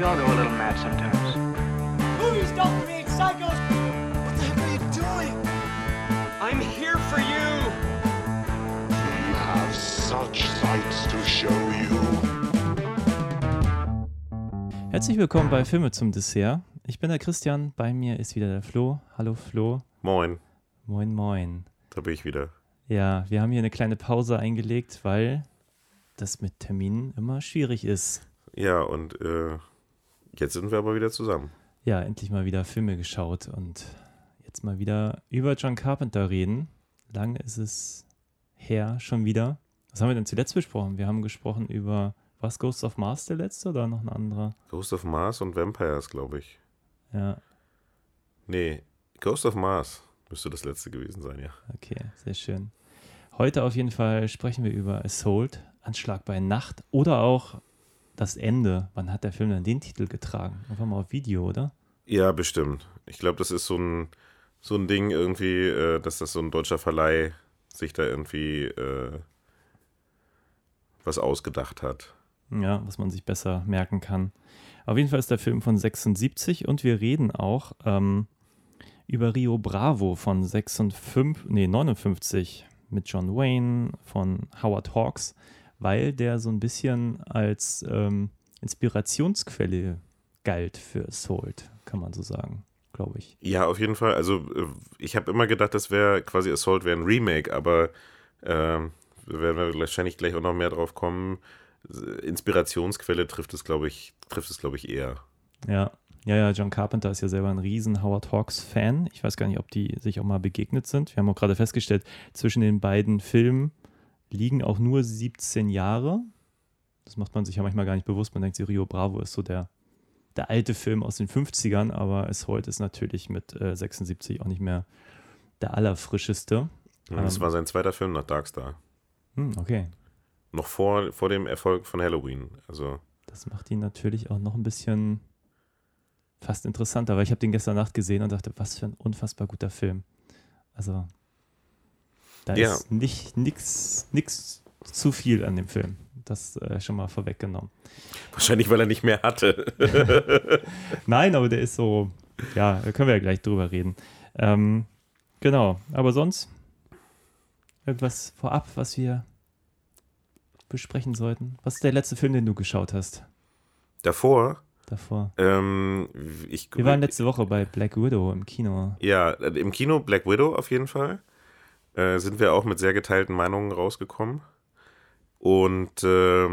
We all go a little mad sometimes. Movies don't create psychos! What the heck are you doing? I'm here for you! We have such sights to show you. Herzlich willkommen bei Filme zum Dessert. Ich bin der Christian, bei mir ist wieder der Flo. Hallo Flo. Moin, Moin, moin. da bin ich wieder. Ja, wir haben hier eine kleine Pause eingelegt, weil das mit Terminen immer schwierig ist. Ja, und jetzt sind wir aber wieder zusammen. Ja, endlich mal wieder Filme geschaut und jetzt mal wieder über John Carpenter reden. Lange ist es her, schon wieder. Was haben wir denn zuletzt besprochen? Wir haben gesprochen über, was, Ghost of Mars der letzte oder noch ein anderer? Ghost of Mars und Vampires, glaube ich. Ja, Nee, Ghost of Mars müsste das letzte gewesen sein, ja. okay, sehr schön. Heute auf jeden Fall sprechen wir über Assault, Anschlag bei Nacht oder auch das Ende. Wann hat der Film denn den Titel getragen? Einfach mal auf Video, oder? Ja, bestimmt. Ich glaube, das ist so ein Ding irgendwie, dass das so ein deutscher Verleih sich da irgendwie was ausgedacht hat. Ja, was man sich besser merken kann. Auf jeden Fall ist der Film von 76 und wir reden auch über Rio Bravo von 59 mit John Wayne von Howard Hawks, weil der so ein bisschen als Inspirationsquelle galt für Assault, kann man so sagen, glaube ich. Ja, auf jeden Fall. Also ich habe immer gedacht, das wäre quasi Assault wäre ein Remake, aber werden wir wahrscheinlich gleich auch noch mehr drauf kommen. Inspirationsquelle trifft es, glaube ich, eher. Ja, John Carpenter ist ja selber ein riesen Howard Hawks-Fan. Ich weiß gar nicht, ob die sich auch mal begegnet sind. Wir haben auch gerade festgestellt, zwischen den beiden Filmen liegen auch nur 17 Jahre. Das macht man sich ja manchmal gar nicht bewusst. Man denkt, Rio Bravo ist so der alte Film aus den 50ern, aber Assault ist natürlich mit 76 auch nicht mehr der allerfrischeste. Das war sein zweiter Film nach Darkstar. Okay. Noch vor dem Erfolg von Halloween. Also Das macht ihn natürlich auch noch ein bisschen fast interessanter, weil ich habe den gestern Nacht gesehen und dachte, was für ein unfassbar guter Film. Also da Ja. ist nix zu viel an dem Film. Das schon mal vorweggenommen. wahrscheinlich, weil er nicht mehr hatte. Nein, aber der ist so, ja, da können wir ja gleich drüber reden. Genau, aber sonst irgendwas vorab, was wir besprechen sollten? Was ist der letzte Film, den du geschaut hast? Davor, Davor. wir Wir waren letzte Woche bei Black Widow im Kino. Ja, im Kino Black Widow auf jeden Fall. Sind wir auch mit sehr geteilten Meinungen rausgekommen. Und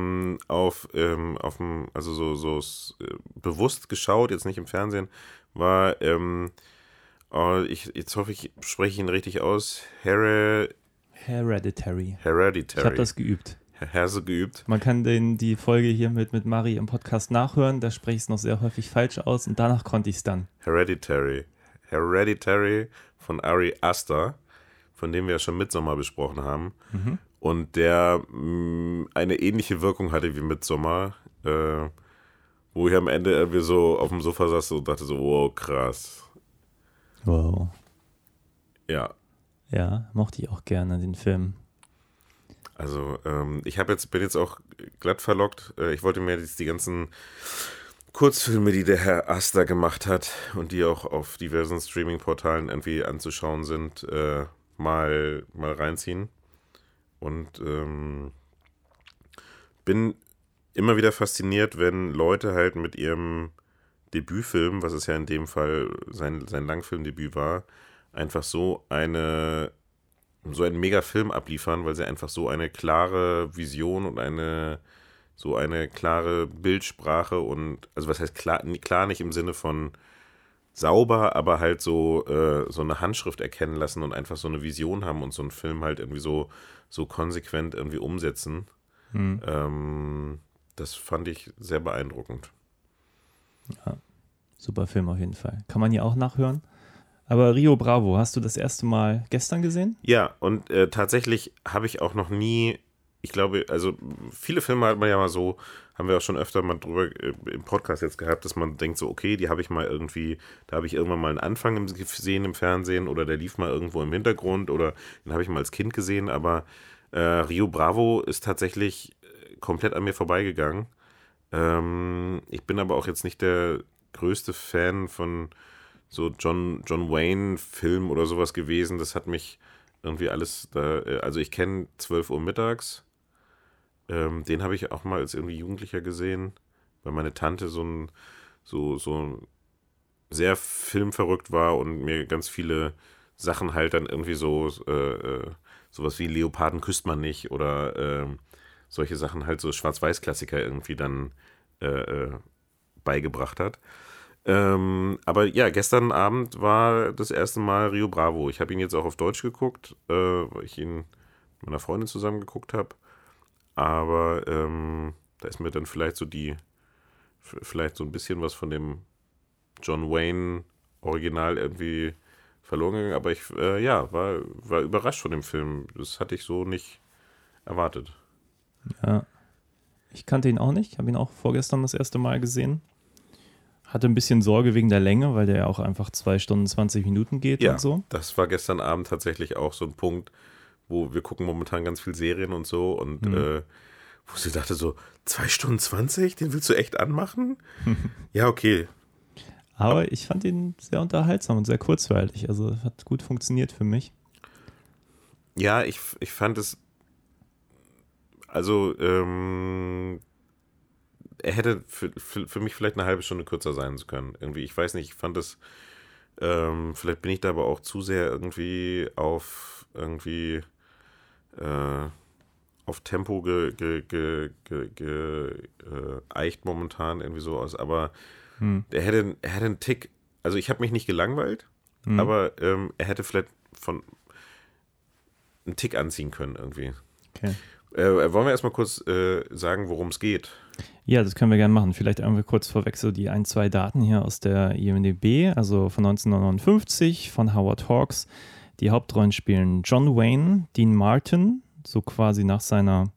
bewusst geschaut, jetzt nicht im Fernsehen, war, jetzt hoffe ich, spreche ihn richtig aus, Hereditary. Ich habe das geübt. Herse geübt. Man kann die Folge hier mit Mari im Podcast nachhören. Da spreche ich es noch sehr häufig falsch aus und danach konnte ich es dann. Hereditary von Ari Aster, von dem wir ja schon Midsommar besprochen haben. Und der eine ähnliche Wirkung hatte wie Midsommar, wo ich am Ende irgendwie so auf dem Sofa saß und dachte so, wow, krass. Wow. Ja, Ja, mochte ich auch gerne, den Film. also ich bin jetzt auch glatt verlockt. Ich wollte mir jetzt die ganzen Kurzfilme, die der Herr Aster gemacht hat und die auch auf diversen Streaming-Portalen irgendwie anzuschauen sind, mal reinziehen. Und bin immer wieder fasziniert, wenn Leute halt mit ihrem Debütfilm, was es ja in dem Fall sein Langfilmdebüt war, einfach so einen Mega-Film abliefern, weil sie einfach so eine klare Vision und so eine klare Bildsprache und, also was heißt klar nicht im Sinne von sauber, aber halt so eine Handschrift erkennen lassen und einfach so eine Vision haben und so einen Film halt irgendwie so konsequent irgendwie umsetzen. Das fand ich sehr beeindruckend. Ja, super Film auf jeden Fall. Kann man hier auch nachhören. Aber Rio Bravo, hast du das erste Mal gestern gesehen? Ja, und tatsächlich habe ich auch noch nie, ich glaube, also viele Filme hat man ja mal so, haben wir auch schon öfter mal drüber im Podcast jetzt gehabt, dass man denkt so, okay, da habe ich irgendwann mal einen Anfang gesehen im Fernsehen oder der lief mal irgendwo im Hintergrund oder den habe ich mal als Kind gesehen, aber Rio Bravo ist tatsächlich komplett an mir vorbeigegangen. Ich bin aber auch jetzt nicht der größte Fan von so John Wayne-Film oder sowas gewesen. Das hat mich irgendwie alles da. Also ich kenne 12 Uhr mittags. Den habe ich auch mal als irgendwie Jugendlicher gesehen, weil meine Tante so sehr filmverrückt war und mir ganz viele Sachen halt dann irgendwie sowas wie Leoparden küsst man nicht oder solche Sachen halt so Schwarz-Weiß-Klassiker irgendwie dann beigebracht hat. Aber ja, gestern Abend war das erste Mal Rio Bravo. Ich habe ihn jetzt auch auf Deutsch geguckt, weil ich ihn mit meiner Freundin zusammen geguckt habe. Aber da ist mir dann vielleicht so ein bisschen was von dem John Wayne Original irgendwie verloren gegangen. Aber ich war überrascht von dem Film. Das hatte ich so nicht erwartet. Ja. Ich kannte ihn auch nicht. Ich habe ihn auch vorgestern das erste Mal gesehen. Hatte ein bisschen Sorge wegen der Länge, weil der ja auch einfach 2 Stunden 20 Minuten geht und so. Das war gestern Abend tatsächlich auch so ein Punkt, wo wir gucken momentan ganz viel Serien und so und wo sie dachte so, 2 Stunden 20? Den willst du echt anmachen? Ja, okay. Aber ich fand ihn sehr unterhaltsam und sehr kurzweilig. Also hat gut funktioniert für mich. Ja, ich fand es, also er hätte für mich vielleicht eine halbe Stunde kürzer sein können. Irgendwie, ich weiß nicht, ich fand es, vielleicht bin ich da aber auch zu sehr irgendwie auf Tempo geeicht momentan irgendwie so aus, aber er hätte einen Tick, also ich habe mich nicht gelangweilt, aber er hätte vielleicht von einen Tick anziehen können irgendwie. Okay. Wollen wir erstmal kurz sagen, worum es geht? Ja, das können wir gerne machen. Vielleicht einmal kurz vorweg so die 2 Daten hier aus der IMDb, also von 1959 von Howard Hawks. Die Hauptrollen spielen John Wayne, Dean Martin, so quasi nach seiner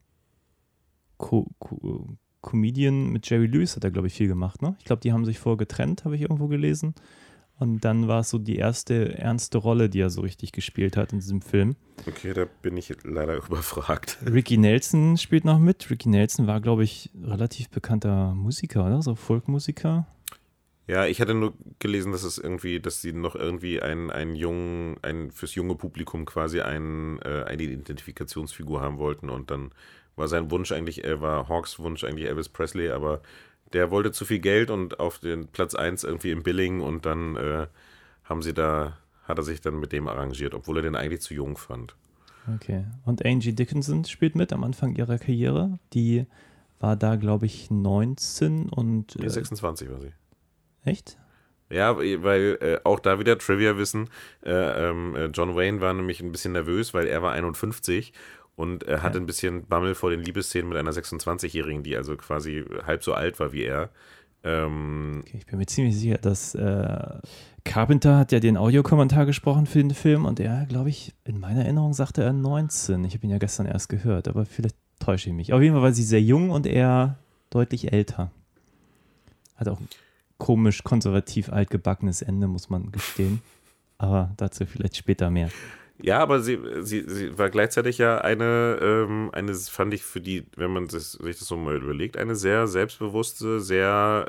Comedian mit Jerry Lewis hat er, glaube ich, viel gemacht. Ne? Ich glaube, die haben sich vorher getrennt, habe ich irgendwo gelesen. Und dann war es so die erste ernste Rolle, die er so richtig gespielt hat in diesem Film. Okay, da bin ich leider überfragt. Ricky Nelson spielt noch mit. Ricky Nelson war, glaube ich, relativ bekannter Musiker, oder? So Folkmusiker. Ja, ich hatte nur gelesen, dass sie noch irgendwie fürs junge Publikum quasi eine Identifikationsfigur haben wollten und dann war sein Wunsch eigentlich, war Hawks Wunsch eigentlich Elvis Presley, aber der wollte zu viel Geld und auf den Platz 1 irgendwie im Billing und dann hat er sich dann mit dem arrangiert, obwohl er den eigentlich zu jung fand. Okay. Und Angie Dickinson spielt mit am Anfang ihrer Karriere. Die war da, glaube ich, 19 und 26 war sie. Echt? Ja, weil auch da wieder Trivia-Wissen, John Wayne war nämlich ein bisschen nervös, weil er war 51 und er hatte ein bisschen Bammel vor den Liebesszenen mit einer 26-Jährigen, die also quasi halb so alt war wie er. Okay, ich bin mir ziemlich sicher, dass Carpenter hat ja den Audiokommentar gesprochen für den Film und er, glaube ich, in meiner Erinnerung sagte er 19. Ich habe ihn ja gestern erst gehört, aber vielleicht täusche ich mich. Auf jeden Fall war sie sehr jung und er deutlich älter. Hat auch ein komisch konservativ altgebackenes Ende, muss man gestehen. Aber dazu vielleicht später mehr. Ja, aber sie war gleichzeitig ja eine fand ich für die, wenn man sich das so mal überlegt, eine sehr selbstbewusste, sehr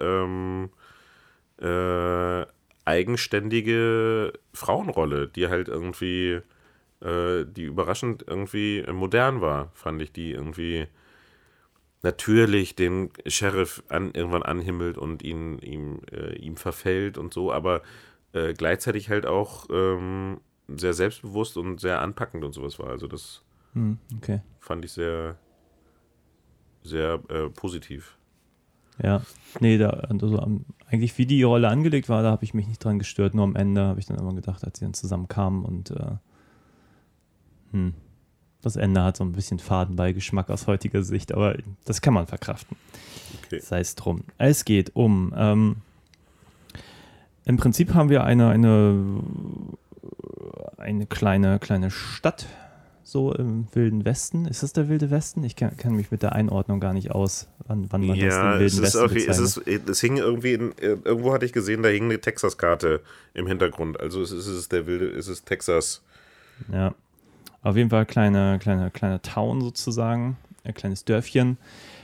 eigenständige Frauenrolle, die halt irgendwie, die überraschend irgendwie modern war, fand ich, die irgendwie natürlich den Sheriff irgendwann anhimmelt und ihm verfällt und so, aber gleichzeitig halt auch sehr selbstbewusst und sehr anpackend und sowas war. Also das fand ich sehr, sehr positiv. Ja, nee, eigentlich wie die Rolle angelegt war, da habe ich mich nicht dran gestört, nur am Ende habe ich dann immer gedacht, als sie dann zusammenkamen und das Ende hat so ein bisschen Fadenbeigeschmack aus heutiger Sicht, aber das kann man verkraften. Okay. Sei es drum. Es geht um im Prinzip haben wir eine kleine Stadt, so im Wilden Westen. Ist das der Wilde Westen? Ich kann mich mit der Einordnung gar nicht aus, wann man das den Wilden Westen bezeichnet. Es hing irgendwie, irgendwo hatte ich gesehen, da hing eine Texas-Karte im Hintergrund. Also es ist Texas. Ja, auf jeden Fall kleine Town sozusagen, ein kleines Dörfchen.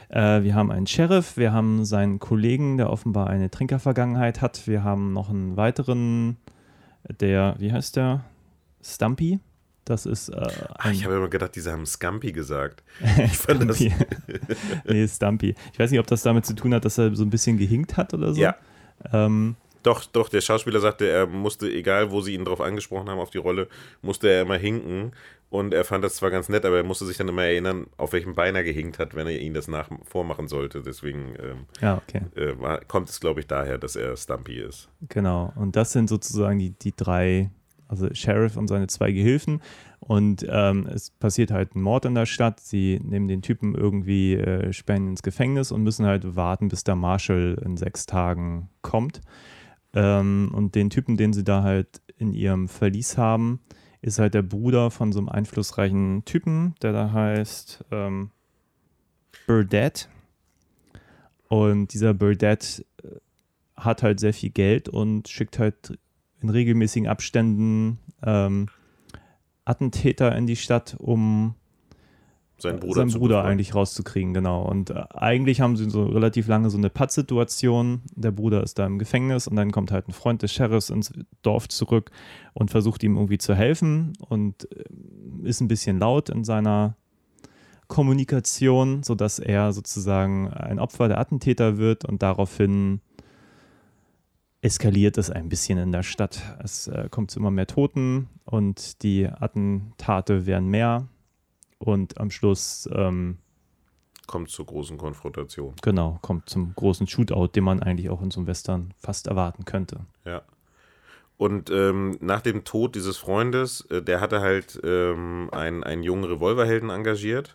Wir haben einen Sheriff, wir haben seinen Kollegen, der offenbar eine Trinkervergangenheit hat. Wir haben noch einen weiteren, wie heißt der? Stumpy. Das ist ich habe immer gedacht, diese haben Scumpy gesagt. Ich fand das. Nee, Stumpy. Ich weiß nicht, ob das damit zu tun hat, dass er so ein bisschen gehinkt hat oder so. Ja. Doch, der Schauspieler sagte, er musste, egal wo sie ihn drauf angesprochen haben auf die Rolle, musste er immer hinken. Und er fand das zwar ganz nett, aber er musste sich dann immer erinnern, auf welchem Bein er gehinkt hat, wenn er ihn das vormachen sollte. Deswegen kommt es, glaube ich, daher, dass er Stumpy ist. Genau, und das sind sozusagen die drei, also Sheriff und seine 2 Gehilfen. Und es passiert halt ein Mord in der Stadt. Sie nehmen den Typen irgendwie, sperren ihn ins Gefängnis und müssen halt warten, bis der Marshal in 6 Tagen kommt. Und den Typen, den sie da halt in ihrem Verlies haben, ist halt der Bruder von so einem einflussreichen Typen, der da heißt Burdett. Und dieser Burdett hat halt sehr viel Geld und schickt halt in regelmäßigen Abständen Attentäter in die Stadt, um seinen Bruder eigentlich rauszukriegen, genau. Und eigentlich haben sie so relativ lange so eine Pattsituation. Der Bruder ist da im Gefängnis und dann kommt halt ein Freund des Sheriffs ins Dorf zurück und versucht ihm irgendwie zu helfen und ist ein bisschen laut in seiner Kommunikation, sodass er sozusagen ein Opfer der Attentäter wird und daraufhin eskaliert es ein bisschen in der Stadt. Es kommt zu immer mehr Toten und die Attentate werden mehr. Und am Schluss kommt zur großen Konfrontation. Genau, kommt zum großen Shootout, den man eigentlich auch in so einem Western fast erwarten könnte. Ja. Und nach dem Tod dieses Freundes, der hatte halt einen jungen Revolverhelden engagiert.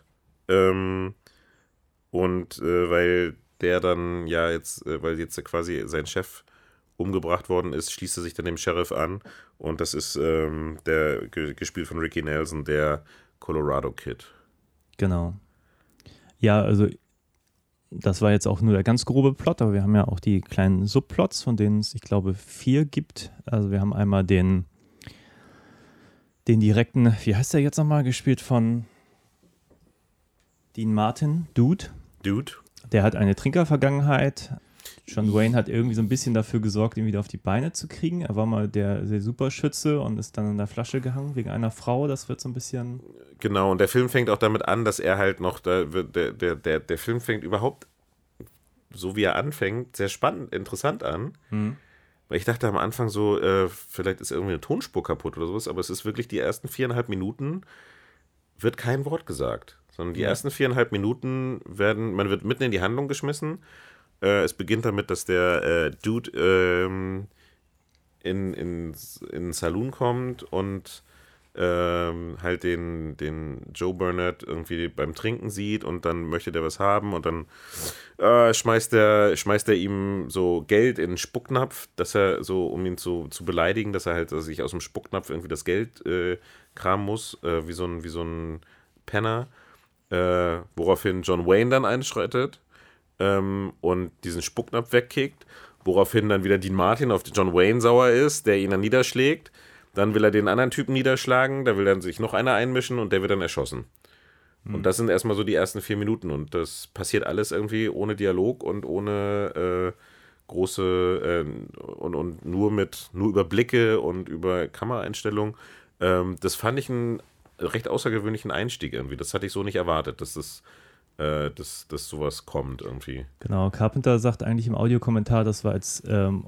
Weil der dann weil jetzt quasi sein Chef umgebracht worden ist, schließt er sich dann dem Sheriff an. Und das ist gespielt von Ricky Nelson, der Colorado Kid. Genau. Ja, also das war jetzt auch nur der ganz grobe Plot, aber wir haben ja auch die kleinen Subplots, von denen es, ich glaube, 4 gibt. Also wir haben einmal den direkten, wie heißt der jetzt nochmal, gespielt von Dean Martin, Dude. Der hat eine Trinkervergangenheit. John Wayne hat irgendwie so ein bisschen dafür gesorgt, ihn wieder auf die Beine zu kriegen. Er war mal der Superschütze und ist dann in der Flasche gehangen wegen einer Frau. Das wird so ein bisschen... Genau, und der Film fängt auch damit an, dass er halt noch, der Film fängt überhaupt, so wie er anfängt, sehr spannend, interessant an. Mhm. Weil ich dachte am Anfang so, vielleicht ist irgendwie eine Tonspur kaputt oder sowas, aber es ist wirklich die ersten 4,5 Minuten, wird kein Wort gesagt. Sondern die ersten 4,5 Minuten man wird mitten in die Handlung geschmissen. Es beginnt damit, dass der Dude in den Saloon kommt und halt den Joe Burnett irgendwie beim Trinken sieht und dann möchte der was haben und dann schmeißt er ihm so Geld in den Spucknapf, dass er so, um ihn zu beleidigen, dass er halt sich aus dem Spucknapf irgendwie das Geld kramen muss, wie so ein Penner, woraufhin John Wayne dann einschreitet und diesen Spucknapf wegkickt, woraufhin dann wieder Dean Martin auf John Wayne sauer ist, der ihn dann niederschlägt. Dann will er den anderen Typen niederschlagen, da will dann sich noch einer einmischen und der wird dann erschossen. Und das sind erstmal so die ersten 4 Minuten und das passiert alles irgendwie ohne Dialog und ohne große und nur über Blicke und über Kameraeinstellungen. Das fand ich einen recht außergewöhnlichen Einstieg irgendwie. Das hatte ich so nicht erwartet, dass sowas kommt irgendwie. Genau, Carpenter sagt eigentlich im Audiokommentar, das war als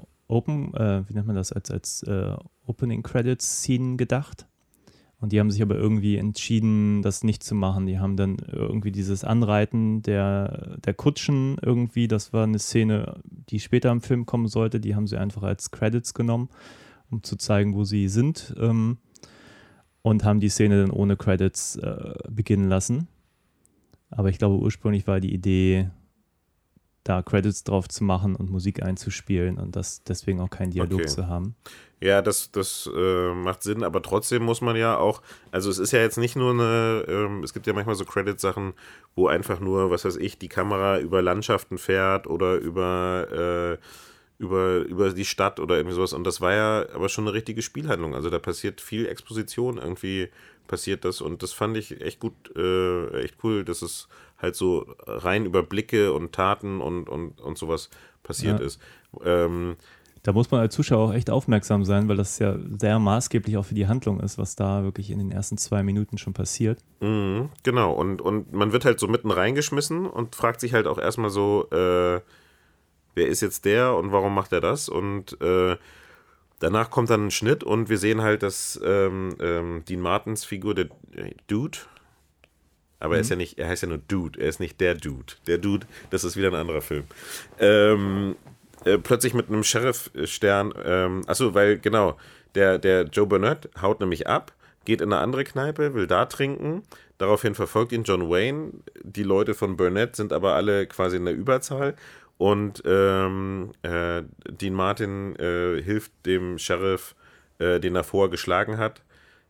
als Opening Credits Scene gedacht. Und die haben sich aber irgendwie entschieden, das nicht zu machen. Die haben dann irgendwie dieses Anreiten der Kutschen irgendwie, das war eine Szene, die später im Film kommen sollte, die haben sie einfach als Credits genommen, um zu zeigen, wo sie sind, und haben die Szene dann ohne Credits beginnen lassen. Aber ich glaube, ursprünglich war die Idee, da Credits drauf zu machen und Musik einzuspielen und das deswegen auch keinen Dialog zu haben. Ja, das macht Sinn, aber trotzdem muss man ja auch, also es ist ja jetzt nicht nur es gibt ja manchmal so Credit-Sachen, wo einfach nur, was weiß ich, die Kamera über Landschaften fährt oder über über die Stadt oder irgendwie sowas. Und das war ja aber schon eine richtige Spielhandlung. Also da passiert viel Exposition, irgendwie passiert das. Und das fand ich echt gut, echt cool, dass es halt so rein über Blicke und Taten und sowas passiert ist. Da muss man als Zuschauer auch echt aufmerksam sein, weil das ja sehr maßgeblich auch für die Handlung ist, was da wirklich in den ersten 2 Minuten schon passiert. Genau, und man wird halt so mitten reingeschmissen und fragt sich halt auch erstmal so, wer ist jetzt der und warum macht er das? Und danach kommt dann ein Schnitt und wir sehen halt, dass Dean Martins Figur, der Dude, aber er heißt ja nur Dude, er ist nicht der Dude. Der Dude, das ist wieder ein anderer Film. Plötzlich mit einem Sheriff-Stern, weil genau, der Joe Burnett haut nämlich ab, geht in eine andere Kneipe, will da trinken, daraufhin verfolgt ihn John Wayne, die Leute von Burnett sind aber alle quasi in der Überzahl und Dean Martin hilft dem Sheriff, den er vorher geschlagen hat,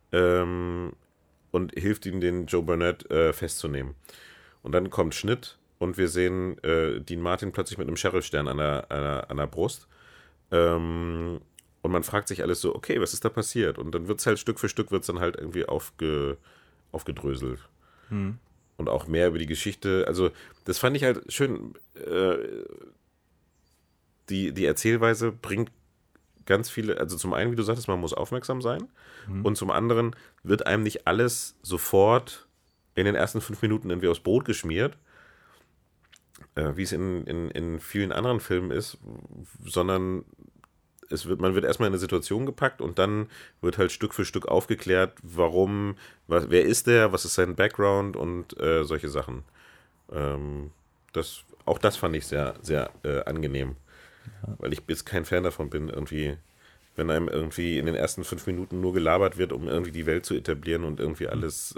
und hilft ihm, den Joe Burnett festzunehmen. Und dann kommt Schnitt und wir sehen Dean Martin plötzlich mit einem Sheriff-Stern an der Brust. Und man fragt sich alles so, okay, was ist da passiert? Und dann wird es halt Stück für Stück dann halt irgendwie aufgedröselt. Und auch mehr über die Geschichte. Also das fand ich halt schön. Die Erzählweise bringt ganz viele, also zum einen, wie du sagtest, man muss aufmerksam sein. Und zum anderen wird einem nicht alles sofort in den ersten 5 Minuten irgendwie aufs Brot geschmiert, wie es in vielen anderen Filmen ist, sondern man wird erstmal in eine Situation gepackt und dann wird halt Stück für Stück aufgeklärt, wer ist der, was ist sein Background und solche Sachen. Auch das fand ich sehr, sehr angenehm, weil ich jetzt kein Fan davon bin, irgendwie, wenn einem irgendwie in den ersten 5 Minuten nur gelabert wird, um irgendwie die Welt zu etablieren und irgendwie alles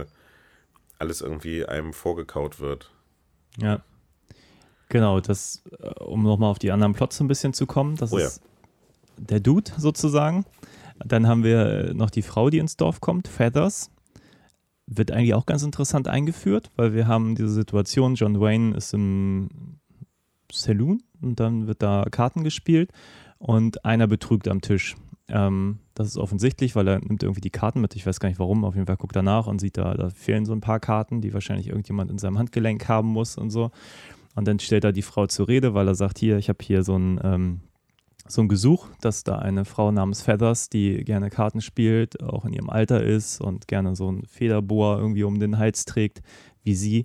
irgendwie einem vorgekaut wird. Ja. Genau, um nochmal auf die anderen Plots so ein bisschen zu kommen, das ist der Dude sozusagen. Dann haben wir noch die Frau, die ins Dorf kommt, Feathers. Wird eigentlich auch ganz interessant eingeführt, weil wir haben diese Situation, John Wayne ist im Saloon und dann wird da Karten gespielt und einer betrügt am Tisch. Das ist offensichtlich, weil er nimmt irgendwie die Karten mit, ich weiß gar nicht warum, auf jeden Fall guckt er nach und sieht, da fehlen so ein paar Karten, die wahrscheinlich irgendjemand in seinem Handgelenk haben muss und so. Und dann stellt er die Frau zur Rede, weil er sagt, ich habe hier so ein Gesuch, dass da eine Frau namens Feathers, die gerne Karten spielt, auch in ihrem Alter ist und gerne so ein Federboa irgendwie um den Hals trägt, wie sie,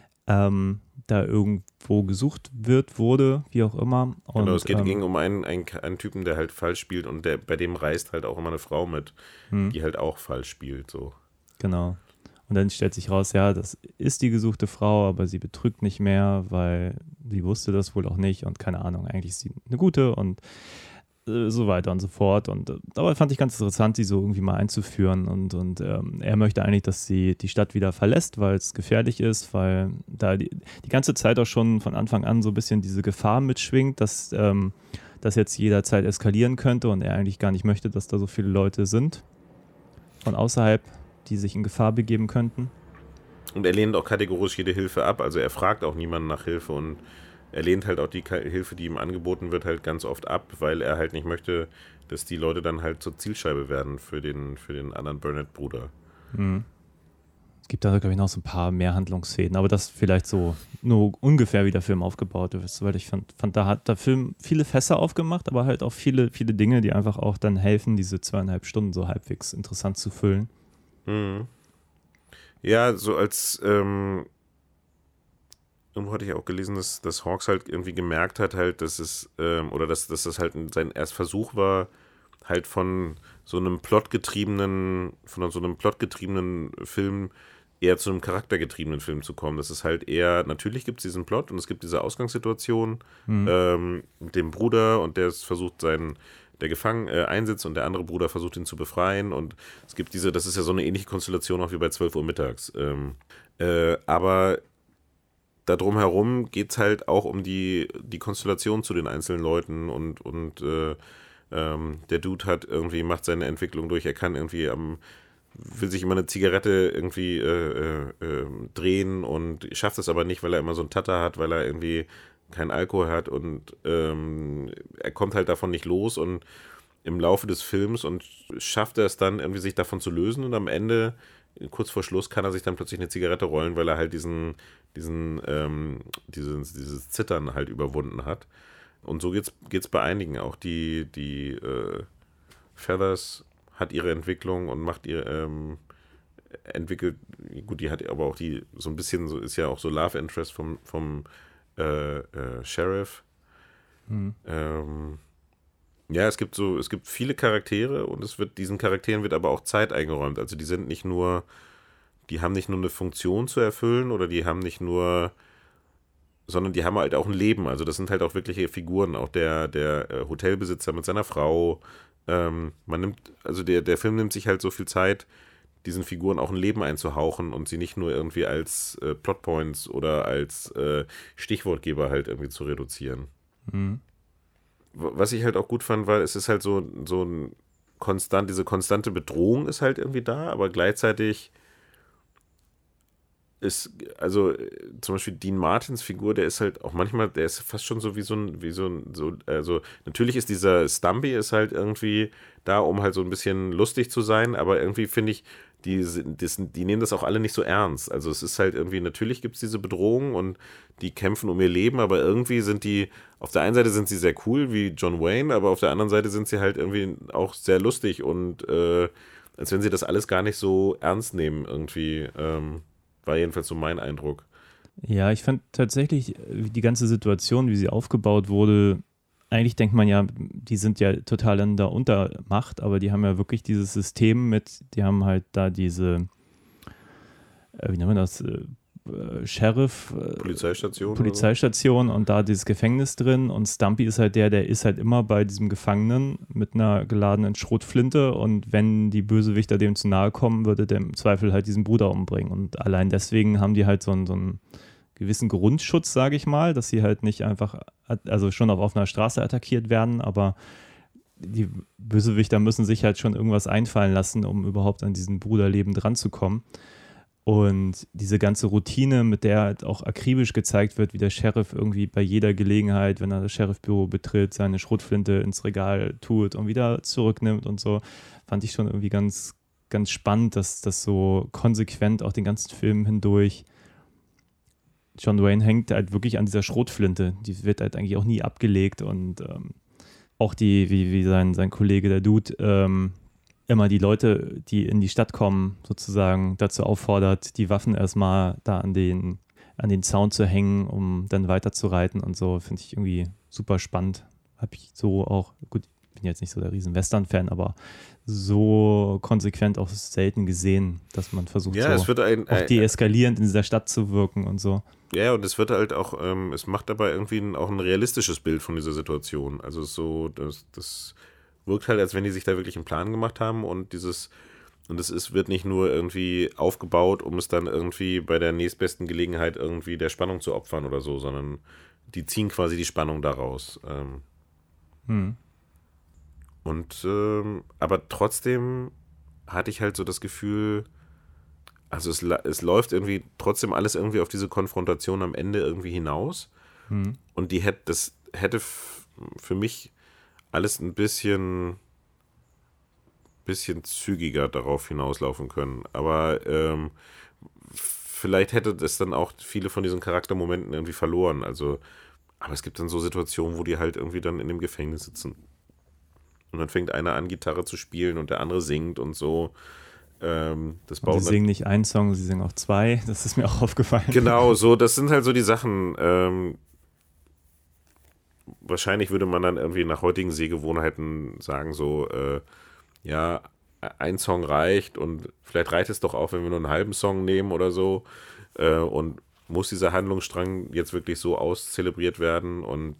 da irgendwo gesucht wurde, wie auch immer. Und, genau, es ging um einen Typen, der halt falsch spielt und bei dem reist halt auch immer eine Frau mit, die halt auch falsch spielt. So. Genau. Und dann stellt sich raus, das ist die gesuchte Frau, aber sie betrügt nicht mehr, weil sie wusste das wohl auch nicht und keine Ahnung, eigentlich ist sie eine gute und so weiter und so fort. Und aber fand ich ganz interessant, sie so irgendwie mal einzuführen und er möchte eigentlich, dass sie die Stadt wieder verlässt, weil es gefährlich ist, weil da die ganze Zeit auch schon von Anfang an so ein bisschen diese Gefahr mitschwingt, dass das jetzt jederzeit eskalieren könnte und er eigentlich gar nicht möchte, dass da so viele Leute sind von außerhalb, die sich in Gefahr begeben könnten. Und er lehnt auch kategorisch jede Hilfe ab, also er fragt auch niemanden nach Hilfe und er lehnt halt auch die Hilfe, die ihm angeboten wird, halt ganz oft ab, weil er halt nicht möchte, dass die Leute dann halt zur Zielscheibe werden für den anderen Burnett-Bruder. Es gibt da, glaube ich, noch so ein paar mehr Handlungsszenen, aber das vielleicht so nur ungefähr, wie der Film aufgebaut ist, weil ich fand, da hat der Film viele Fässer aufgemacht, aber halt auch viele, viele Dinge, die einfach auch dann helfen, diese 2,5 Stunden so halbwegs interessant zu füllen. Ja, so als irgendwo hatte ich auch gelesen, dass Hawks halt irgendwie gemerkt hat, halt, dass es dass das halt sein Erstversuch war, halt von so einem plotgetriebenen Film eher zu einem charaktergetriebenen Film zu kommen. Das ist halt eher, natürlich gibt es diesen Plot und es gibt diese Ausgangssituation mit dem Bruder und der versucht der gefangen einsitzt und der andere Bruder versucht ihn zu befreien und es gibt das ist ja so eine ähnliche Konstellation auch wie bei 12 Uhr mittags. Aber da drumherum geht es halt auch um die Konstellation zu den einzelnen Leuten und der Dude macht seine Entwicklung durch, er kann irgendwie will sich immer eine Zigarette irgendwie drehen und schafft es aber nicht, weil er immer so einen Tatter hat, weil er irgendwie keinen Alkohol hat und er kommt halt davon nicht los und im Laufe des Films und schafft er es dann irgendwie sich davon zu lösen und am Ende, kurz vor Schluss, kann er sich dann plötzlich eine Zigarette rollen, weil er halt dieses Zittern halt überwunden hat. Und so geht's bei einigen auch. Die Feathers hat ihre Entwicklung und macht ihre entwickelt, gut, die hat aber auch die so ein bisschen, so ist ja auch so Love Interest vom Sheriff. Ja, es gibt viele Charaktere und diesen Charakteren wird aber auch Zeit eingeräumt. Also die haben nicht nur eine Funktion zu erfüllen oder sondern die haben halt auch ein Leben. Also das sind halt auch wirkliche Figuren. Auch der Hotelbesitzer mit seiner Frau. Der Film nimmt sich halt so viel Zeit, diesen Figuren auch ein Leben einzuhauchen und sie nicht nur irgendwie als Plotpoints oder als Stichwortgeber halt irgendwie zu reduzieren. Mhm. Was ich halt auch gut fand, war, es ist halt so ein diese konstante Bedrohung ist halt irgendwie da, aber gleichzeitig ist, also zum Beispiel Dean Martins Figur, der ist halt auch manchmal, der ist fast schon so also natürlich ist dieser Stumpy ist halt irgendwie da, um halt so ein bisschen lustig zu sein, aber irgendwie finde ich, die nehmen das auch alle nicht so ernst. Also es ist halt irgendwie, natürlich gibt es diese Bedrohung und die kämpfen um ihr Leben, aber irgendwie auf der einen Seite sind sie sehr cool, wie John Wayne, aber auf der anderen Seite sind sie halt irgendwie auch sehr lustig und als wenn sie das alles gar nicht so ernst nehmen irgendwie, war jedenfalls so mein Eindruck. Ja, ich fand tatsächlich die ganze Situation, wie sie aufgebaut wurde, eigentlich denkt man ja, die sind ja total in der Untermacht, aber die haben ja wirklich dieses System die haben halt da diese, wie nennt man das, Sheriff, Polizeistation und da dieses Gefängnis drin und Stumpy ist halt der ist halt immer bei diesem Gefangenen mit einer geladenen Schrotflinte und wenn die Bösewichter dem zu nahe kommen, würde der im Zweifel halt diesen Bruder umbringen und allein deswegen haben die halt so einen gewissen Grundschutz, sage ich mal, dass sie halt nicht einfach, also schon auf offener Straße attackiert werden, aber die Bösewichter müssen sich halt schon irgendwas einfallen lassen, um überhaupt an diesen Bruderleben dran zu kommen. Und diese ganze Routine, mit der halt auch akribisch gezeigt wird, wie der Sheriff irgendwie bei jeder Gelegenheit, wenn er das Sheriffbüro betritt, seine Schrotflinte ins Regal tut und wieder zurücknimmt und so, fand ich schon irgendwie ganz, ganz spannend, dass das so konsequent auch den ganzen Film hindurch. John Wayne hängt halt wirklich an dieser Schrotflinte. Die wird halt eigentlich auch nie abgelegt und auch wie sein Kollege, der Dude, immer die Leute, die in die Stadt kommen, sozusagen dazu auffordert, die Waffen erstmal da an den Zaun zu hängen, um dann weiterzureiten und so, finde ich irgendwie super spannend. Habe ich so auch, gut, bin jetzt nicht so der riesen Western-Fan, aber so konsequent auch selten gesehen, dass man versucht, ja, es wird auch deeskalierend in dieser Stadt zu wirken und so. Ja, und es wird halt auch, es macht dabei irgendwie auch ein realistisches Bild von dieser Situation. Also so, das wirkt halt, als wenn die sich da wirklich einen Plan gemacht haben und wird nicht nur irgendwie aufgebaut, um es dann irgendwie bei der nächstbesten Gelegenheit irgendwie der Spannung zu opfern oder so, sondern die ziehen quasi die Spannung daraus. Und aber trotzdem hatte ich halt so das Gefühl, also es läuft irgendwie trotzdem alles irgendwie auf diese Konfrontation am Ende irgendwie hinaus. Und das hätte für mich alles ein bisschen zügiger darauf hinauslaufen können. Aber vielleicht hätte das dann auch viele von diesen Charaktermomenten irgendwie verloren. Also, aber es gibt dann so Situationen, wo die halt irgendwie dann in dem Gefängnis sitzen. Und dann fängt einer an, Gitarre zu spielen und der andere singt und so. Das baut sie singen nicht einen Song, sie singen auch zwei. Das ist mir auch aufgefallen. Genau, so, das sind halt so die Sachen. Wahrscheinlich würde man dann irgendwie nach heutigen Sehgewohnheiten sagen, so, ja, ein Song reicht und vielleicht reicht es doch auch, wenn wir nur einen halben Song nehmen oder so. Und muss dieser Handlungsstrang jetzt wirklich so auszelebriert werden und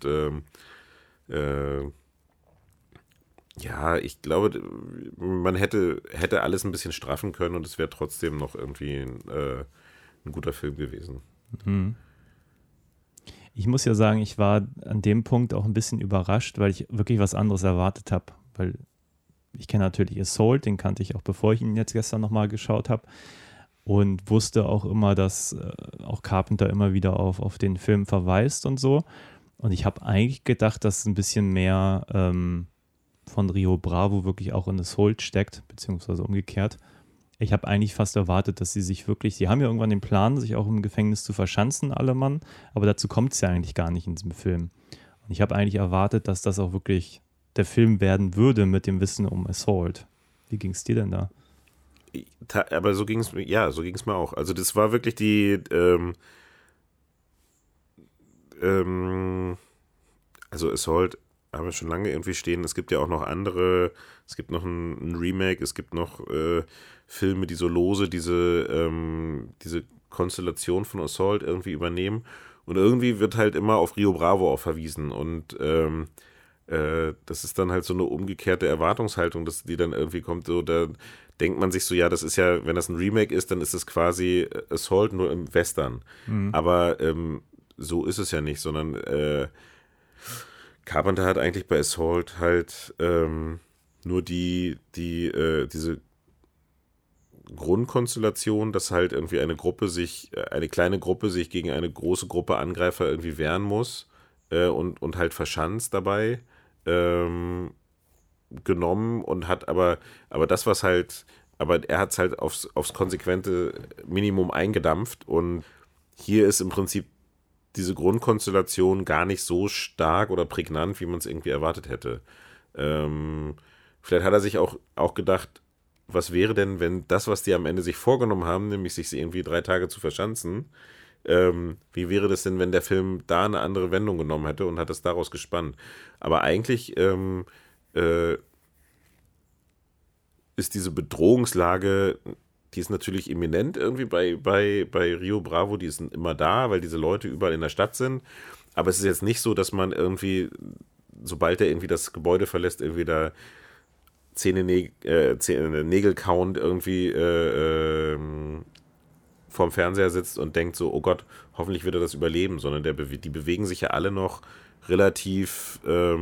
ja, ich glaube, man hätte alles ein bisschen straffen können und es wäre trotzdem noch irgendwie ein guter Film gewesen. Mhm. Ich muss ja sagen, ich war an dem Punkt auch ein bisschen überrascht, weil ich wirklich was anderes erwartet habe. Weil ich kenne natürlich Assault, den kannte ich auch, bevor ich ihn jetzt gestern nochmal geschaut habe. Und wusste auch immer, dass auch Carpenter immer wieder auf den Film verweist und so. Und ich habe eigentlich gedacht, dass ein bisschen mehr von Rio Bravo wirklich auch in Assault steckt, beziehungsweise umgekehrt. Ich habe eigentlich fast erwartet, dass sie haben ja irgendwann den Plan, sich auch im Gefängnis zu verschanzen, alle Mann, aber dazu kommt es ja eigentlich gar nicht in diesem Film. Und ich habe eigentlich erwartet, dass das auch wirklich der Film werden würde mit dem Wissen um Assault. Wie ging es dir denn da? Aber so ging es mir auch. Also das war wirklich also Assault haben wir schon lange irgendwie stehen. Es gibt ja auch noch andere, es gibt noch ein Remake, es gibt noch Filme, die so lose diese Konstellation von Assault irgendwie übernehmen. Und irgendwie wird halt immer auf Rio Bravo auch verwiesen. Und das ist dann halt so eine umgekehrte Erwartungshaltung, die dann irgendwie kommt. So, da denkt man sich so, ja, das ist ja, wenn das ein Remake ist, dann ist es quasi Assault nur im Western. Mhm. Aber so ist es ja nicht, sondern Carpenter hat eigentlich bei Assault halt nur diese Grundkonstellation, dass halt irgendwie eine kleine Gruppe sich gegen eine große Gruppe Angreifer irgendwie wehren muss und halt verschanzt dabei genommen und hat aber er hat es halt aufs konsequente Minimum eingedampft und hier ist im Prinzip diese Grundkonstellation gar nicht so stark oder prägnant, wie man es irgendwie erwartet hätte. Vielleicht hat er sich auch gedacht, was wäre denn, wenn das, was die am Ende sich vorgenommen haben, nämlich sich irgendwie 3 Tage zu verschanzen, wie wäre das denn, wenn der Film da eine andere Wendung genommen hätte und hat es daraus gespannt. Aber eigentlich ist diese Bedrohungslage, die ist natürlich imminent irgendwie bei Rio Bravo, die sind immer da, weil diese Leute überall in der Stadt sind. Aber es ist jetzt nicht so, dass man irgendwie, sobald er irgendwie das Gebäude verlässt, irgendwie da Nägel kauend irgendwie vorm Fernseher sitzt und denkt so, oh Gott, hoffentlich wird er das überleben, sondern die bewegen sich ja alle noch relativ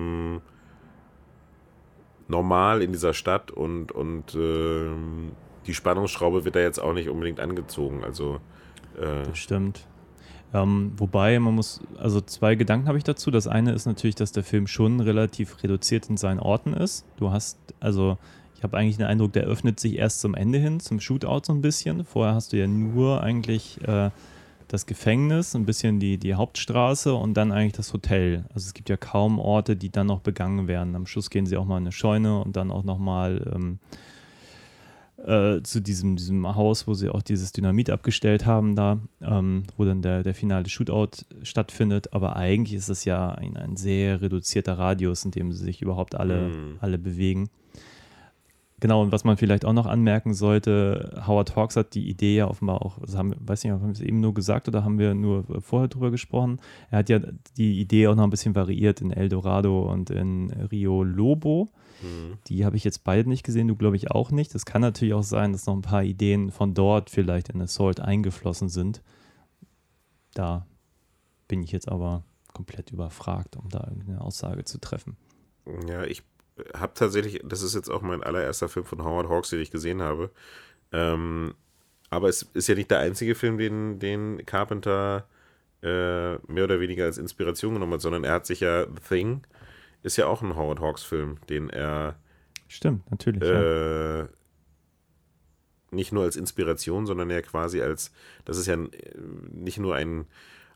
normal in dieser Stadt und die Spannungsschraube wird da jetzt auch nicht unbedingt angezogen. Also das stimmt. Wobei also 2 Gedanken habe ich dazu. Das eine ist natürlich, dass der Film schon relativ reduziert in seinen Orten ist. Ich habe eigentlich den Eindruck, der öffnet sich erst zum Ende hin, zum Shootout so ein bisschen. Vorher hast du ja nur eigentlich das Gefängnis, ein bisschen die Hauptstraße und dann eigentlich das Hotel. Also es gibt ja kaum Orte, die dann noch begangen werden. Am Schluss gehen sie auch mal in eine Scheune und dann auch nochmal zu diesem Haus, wo sie auch dieses Dynamit abgestellt haben da, wo dann der finale Shootout stattfindet. Aber eigentlich ist es ja ein sehr reduzierter Radius, in dem sie sich überhaupt alle bewegen. Genau, und was man vielleicht auch noch anmerken sollte, Howard Hawks hat die Idee ja offenbar auch, haben wir es eben nur gesagt oder haben wir nur vorher drüber gesprochen? Er hat ja die Idee auch noch ein bisschen variiert in El Dorado und in Rio Lobo. Die habe ich jetzt beide nicht gesehen, du glaube ich auch nicht. Es kann natürlich auch sein, dass noch ein paar Ideen von dort vielleicht in Assault eingeflossen sind. Da bin ich jetzt aber komplett überfragt, um da irgendeine Aussage zu treffen. Ja, ich habe tatsächlich, das ist jetzt auch mein allererster Film von Howard Hawks, den ich gesehen habe. Aber es ist ja nicht der einzige Film, den Carpenter mehr oder weniger als Inspiration genommen hat, sondern er hat sich ja The Thing, ist ja auch ein Howard Hawks Film, den er stimmt, natürlich, nicht nur als Inspiration, sondern ja quasi das ist ja nicht nur ein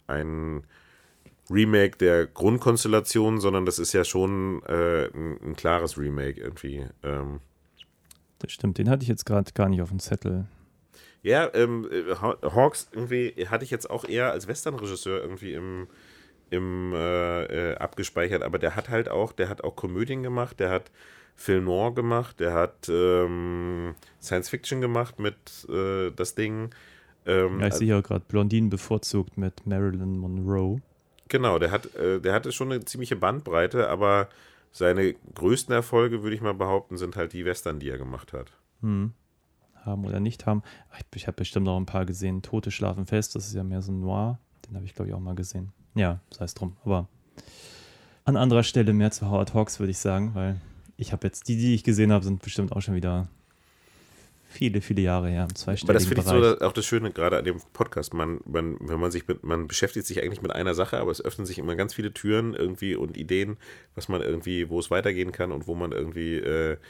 Remake der Grundkonstellation, sondern das ist ja schon ein klares Remake irgendwie. Das stimmt, den hatte ich jetzt gerade gar nicht auf dem Zettel. Ja, Hawks irgendwie hatte ich jetzt auch eher als Western-Regisseur irgendwie im abgespeichert, aber der hat auch Komödien gemacht, der hat Film Noir gemacht, der hat Science Fiction gemacht mit das Ding. Ja, ich sehe ja gerade Blondinen bevorzugt mit Marilyn Monroe. Genau, der hatte schon eine ziemliche Bandbreite, aber seine größten Erfolge, würde ich mal behaupten, sind halt die Western, die er gemacht hat. Haben oder nicht haben. Ich habe bestimmt noch ein paar gesehen. Tote schlafen fest, das ist ja mehr so ein Noir. Den habe ich, glaube ich, auch mal gesehen. Ja, sei es drum. Aber an anderer Stelle mehr zu Howard Hawks, würde ich sagen, weil ich habe jetzt die ich gesehen habe, sind bestimmt auch schon wieder viele, viele Jahre her, im Aber das zweistelligen finde ich Bereich. so auch das Schöne gerade an dem Podcast. Man beschäftigt sich eigentlich mit einer Sache, aber es öffnen sich immer ganz viele Türen irgendwie und Ideen, wo es weitergehen kann und wo man irgendwie,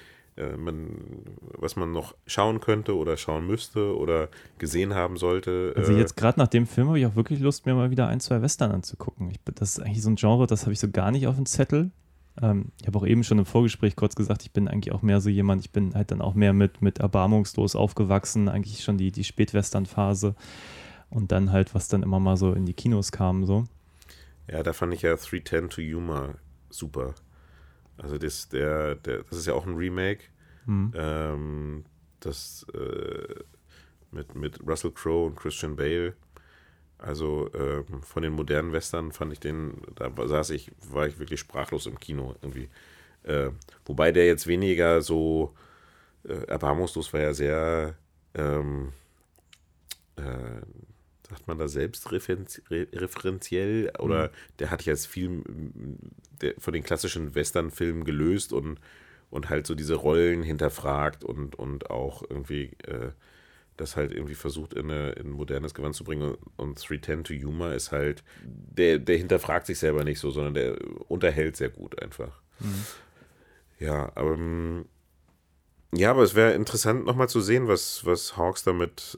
was man noch schauen könnte oder schauen müsste oder gesehen haben sollte. Also jetzt gerade nach dem Film habe ich auch wirklich Lust, mir mal wieder 1, 2 Western anzugucken. Das ist eigentlich so ein Genre, das habe ich so gar nicht auf dem Zettel. Ich habe auch eben schon im Vorgespräch kurz gesagt, ich bin eigentlich auch mehr so jemand, ich bin halt dann auch mehr mit Erbarmungslos aufgewachsen, eigentlich schon die Spätwestern-Phase und dann halt, was dann immer mal so in die Kinos kam, so. Ja, da fand ich ja 3:10 to Yuma super. Also das ist ja auch ein Remake, mit Russell Crowe und Christian Bale. Also von den modernen Western fand ich war ich wirklich sprachlos im Kino irgendwie. Wobei der jetzt weniger so erbarmungslos war, ja sehr, sagt man da selbstreferenziell oder der hat jetzt viel von den klassischen Western-Filmen gelöst und halt so diese Rollen hinterfragt und auch irgendwie das halt irgendwie versucht in ein modernes Gewand zu bringen und 3:10 to Yuma ist halt, der hinterfragt sich selber nicht so, sondern der unterhält sehr gut einfach. Ja, aber es wäre interessant nochmal zu sehen, was Hawks damit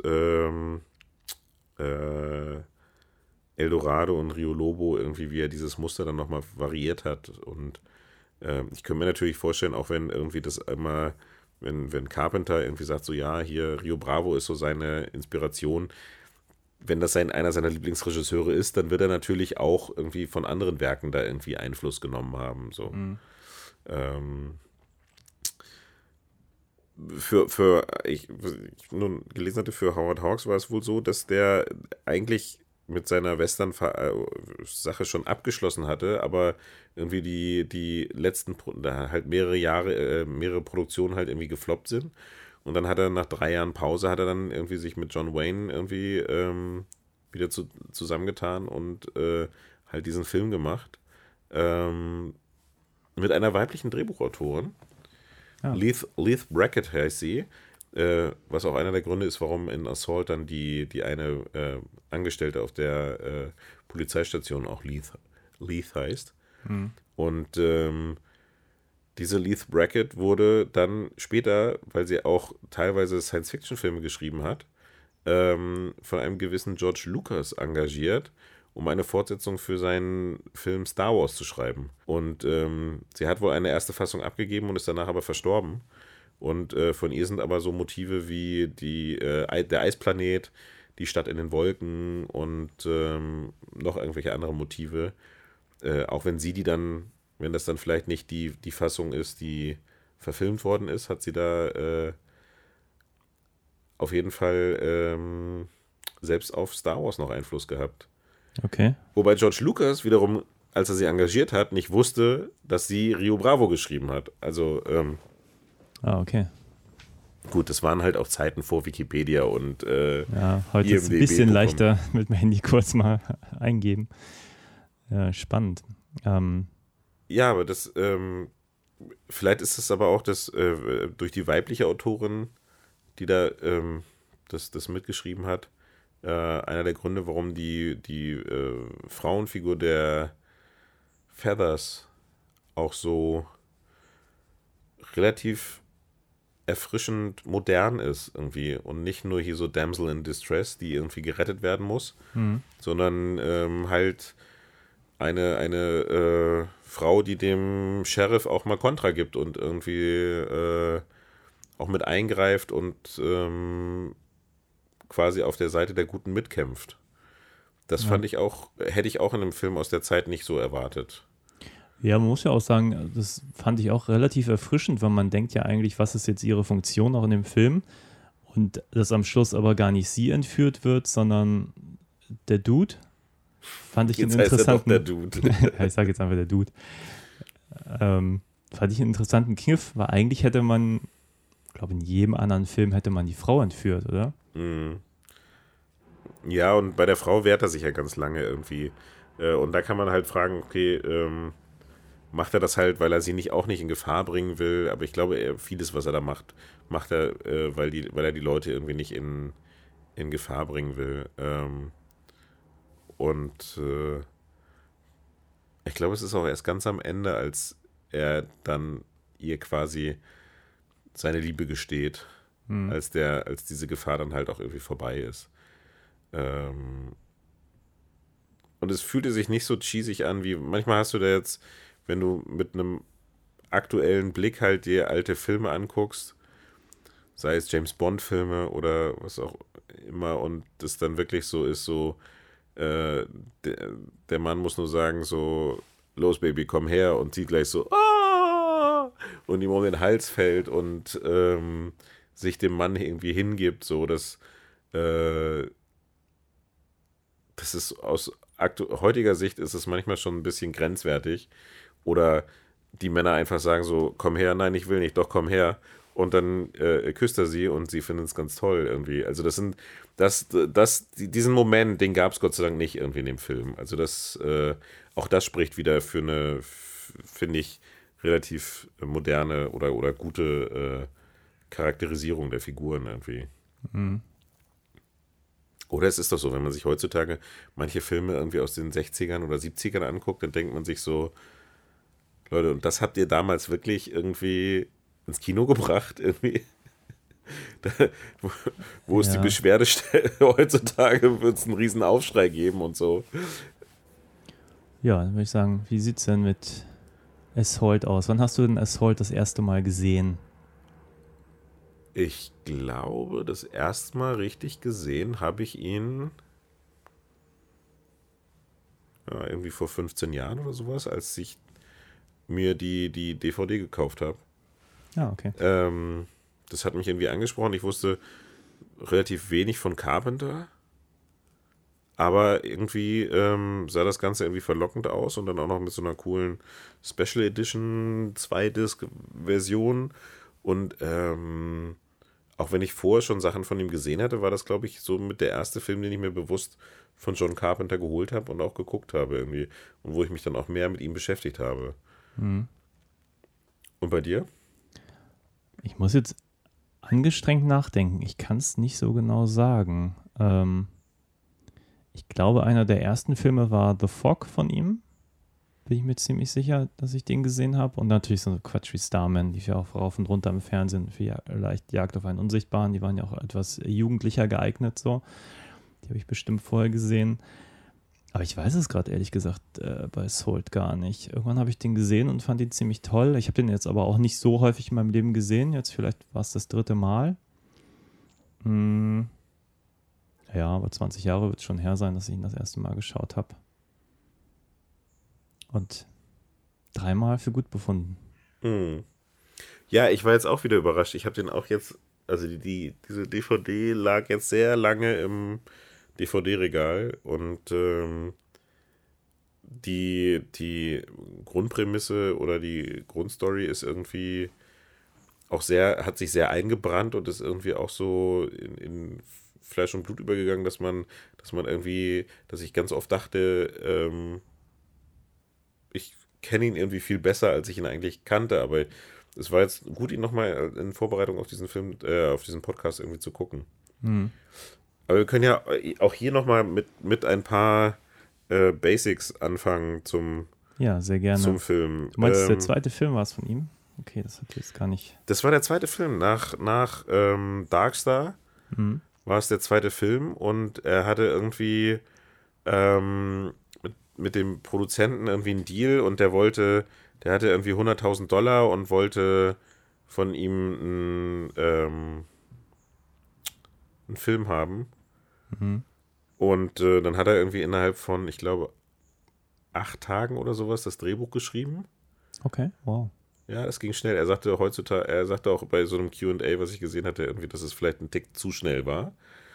Eldorado und Rio Lobo irgendwie, wie er dieses Muster dann nochmal variiert hat und ich könnte mir natürlich vorstellen, auch wenn irgendwie das immer wenn Carpenter irgendwie sagt, so ja, hier Rio Bravo ist so seine Inspiration, wenn das einer seiner Lieblingsregisseure ist, dann wird er natürlich auch irgendwie von anderen Werken da irgendwie Einfluss genommen haben. So. Ich nun gelesen hatte, für Howard Hawks war es wohl so, dass der eigentlich mit seiner Western-Sache schon abgeschlossen hatte, aber irgendwie die letzten, halt mehrere Produktionen halt irgendwie gefloppt sind. Und dann hat er nach 3 Jahren Pause, hat er dann irgendwie sich mit John Wayne irgendwie wieder zusammengetan und halt diesen Film gemacht. Mit einer weiblichen Drehbuchautorin. Ja. Leith Brackett heißt sie. Was auch einer der Gründe ist, warum in Assault dann die eine Angestellte auf der Polizeistation auch Leith heißt. Und diese Leith Brackett wurde dann später, weil sie auch teilweise Science-Fiction-Filme geschrieben hat, von einem gewissen George Lucas engagiert, um eine Fortsetzung für seinen Film Star Wars zu schreiben. Und sie hat wohl eine erste Fassung abgegeben und ist danach aber verstorben. Und von ihr sind aber so Motive wie der Eisplanet, die Stadt in den Wolken und noch irgendwelche andere Motive. Auch wenn wenn das dann vielleicht nicht die Fassung ist, die verfilmt worden ist, hat sie da auf jeden Fall selbst auf Star Wars noch Einfluss gehabt. Okay. Wobei George Lucas wiederum, als er sie engagiert hat, nicht wusste, dass sie Rio Bravo geschrieben hat. Also okay. Gut, das waren halt auch Zeiten vor Wikipedia und ja, heute ist es ein bisschen leichter mit dem Handy kurz mal eingeben. Ja, spannend. Ja, aber das vielleicht ist es aber auch durch die weibliche Autorin, die da das mitgeschrieben hat, einer der Gründe, warum die Frauenfigur der Feathers auch so relativ erfrischend modern ist irgendwie und nicht nur hier so Damsel in Distress, die irgendwie gerettet werden muss, sondern halt eine Frau, die dem Sheriff auch mal Kontra gibt und irgendwie auch mit eingreift und quasi auf der Seite der Guten mitkämpft. Das hätte ich auch in einem Film aus der Zeit nicht so erwartet. Ja, man muss ja auch sagen, das fand ich auch relativ erfrischend, weil man denkt ja eigentlich, was ist jetzt ihre Funktion auch in dem Film und dass am Schluss aber gar nicht sie entführt wird, sondern der Dude. Fand ich jetzt einen interessanten. Heißt er doch der Dude. Ja, ich sage jetzt einfach der Dude. Fand ich einen interessanten Kniff, weil eigentlich hätte man, ich glaube, in jedem anderen Film hätte man die Frau entführt, oder? Ja, und bei der Frau wehrt er sich ja ganz lange irgendwie. Und da kann man halt fragen, okay, macht er das halt, weil er sie auch nicht in Gefahr bringen will. Aber ich glaube, vieles, was er da macht, macht er, weil er die Leute irgendwie nicht in Gefahr bringen will. Ich glaube, es ist auch erst ganz am Ende, als er dann ihr quasi seine Liebe gesteht, als diese Gefahr dann halt auch irgendwie vorbei ist. Und es fühlte sich nicht so cheesig an, wie manchmal hast du da jetzt, wenn du mit einem aktuellen Blick halt dir alte Filme anguckst, sei es James Bond-Filme oder was auch immer, und das dann wirklich so ist, so der Mann muss nur sagen, so, los Baby, komm her, und sie gleich so, und ihm um den Hals fällt und sich dem Mann irgendwie hingibt, so, das ist aus heutiger Sicht ist es manchmal schon ein bisschen grenzwertig, oder die Männer einfach sagen so, komm her, nein, ich will nicht, doch komm her, und dann küsst er sie und sie finden es ganz toll irgendwie. Also diesen Moment, den gab es Gott sei Dank nicht irgendwie in dem Film. Also auch das spricht wieder für eine, finde ich, relativ moderne oder gute Charakterisierung der Figuren irgendwie. Mhm. Oder es ist doch so, wenn man sich heutzutage manche Filme irgendwie aus den 60ern oder 70ern anguckt, dann denkt man sich so, Leute, und das habt ihr damals wirklich irgendwie ins Kino gebracht, irgendwie. Wo ist die Beschwerdestelle? Heutzutage wird es einen riesen Aufschrei geben und so. Ja, dann würde ich sagen, wie sieht es denn mit Assault aus? Wann hast du denn Assault das erste Mal gesehen? Ich glaube, das erste Mal richtig gesehen habe ich ihn irgendwie vor 15 Jahren oder sowas, als ich mir die DVD gekauft habe. Ja, okay. Das hat mich irgendwie angesprochen. Ich wusste relativ wenig von Carpenter, aber irgendwie sah das Ganze irgendwie verlockend aus, und dann auch noch mit so einer coolen Special Edition 2-Disc-Version. Und auch wenn ich vorher schon Sachen von ihm gesehen hatte, war das, glaube ich, so mit der erste Film, den ich mir bewusst von John Carpenter geholt habe und auch geguckt habe irgendwie. Und wo ich mich dann auch mehr mit ihm beschäftigt habe. Mhm. Und bei dir? Ich muss jetzt angestrengt nachdenken. Ich kann es nicht so genau sagen. Ich glaube, einer der ersten Filme war The Fog von ihm. Bin ich mir ziemlich sicher, dass ich den gesehen habe. Und natürlich so Quatsch wie Starman, die ja auch rauf und runter im Fernsehen, vielleicht Jagd auf einen Unsichtbaren, die waren ja auch etwas jugendlicher geeignet, so. Die habe ich bestimmt vorher gesehen. Aber ich weiß es gerade ehrlich gesagt bei Assault gar nicht. Irgendwann habe ich den gesehen und fand ihn ziemlich toll. Ich habe den jetzt aber auch nicht so häufig in meinem Leben gesehen. Jetzt vielleicht war es das 3. Mal. Ja, aber 20 Jahre wird es schon her sein, dass ich ihn das erste Mal geschaut habe. Und 3 Mal für gut befunden. Ja, ich war jetzt auch wieder überrascht. Ich habe den auch jetzt, also diese DVD lag jetzt sehr lange im DVD-Regal, und die Grundprämisse oder die Grundstory ist irgendwie auch hat sich sehr eingebrannt und ist irgendwie auch so in Fleisch und Blut übergegangen, dass ich ganz oft dachte, ich kenne ihn irgendwie viel besser, als ich ihn eigentlich kannte, aber es war jetzt gut, ihn nochmal in Vorbereitung auf diesen Film, auf diesen Podcast irgendwie zu gucken. Aber wir können ja auch hier nochmal mit ein paar Basics anfangen ja, sehr gerne. Zum Film. Du meinst, der zweite Film war es von ihm? Okay, das hatte ich jetzt gar nicht. Das war der zweite Film. Nach Darkstar war es der zweite Film, und er hatte irgendwie mit dem Produzenten irgendwie einen Deal, und der hatte irgendwie $100.000 und wollte von ihm einen Film haben. Und dann hat er irgendwie innerhalb von, ich glaube, 8 Tagen oder sowas das Drehbuch geschrieben. Okay, wow. Ja, das ging schnell. Er sagte auch bei so einem Q&A, was ich gesehen hatte, irgendwie, dass es vielleicht ein Tick zu schnell war.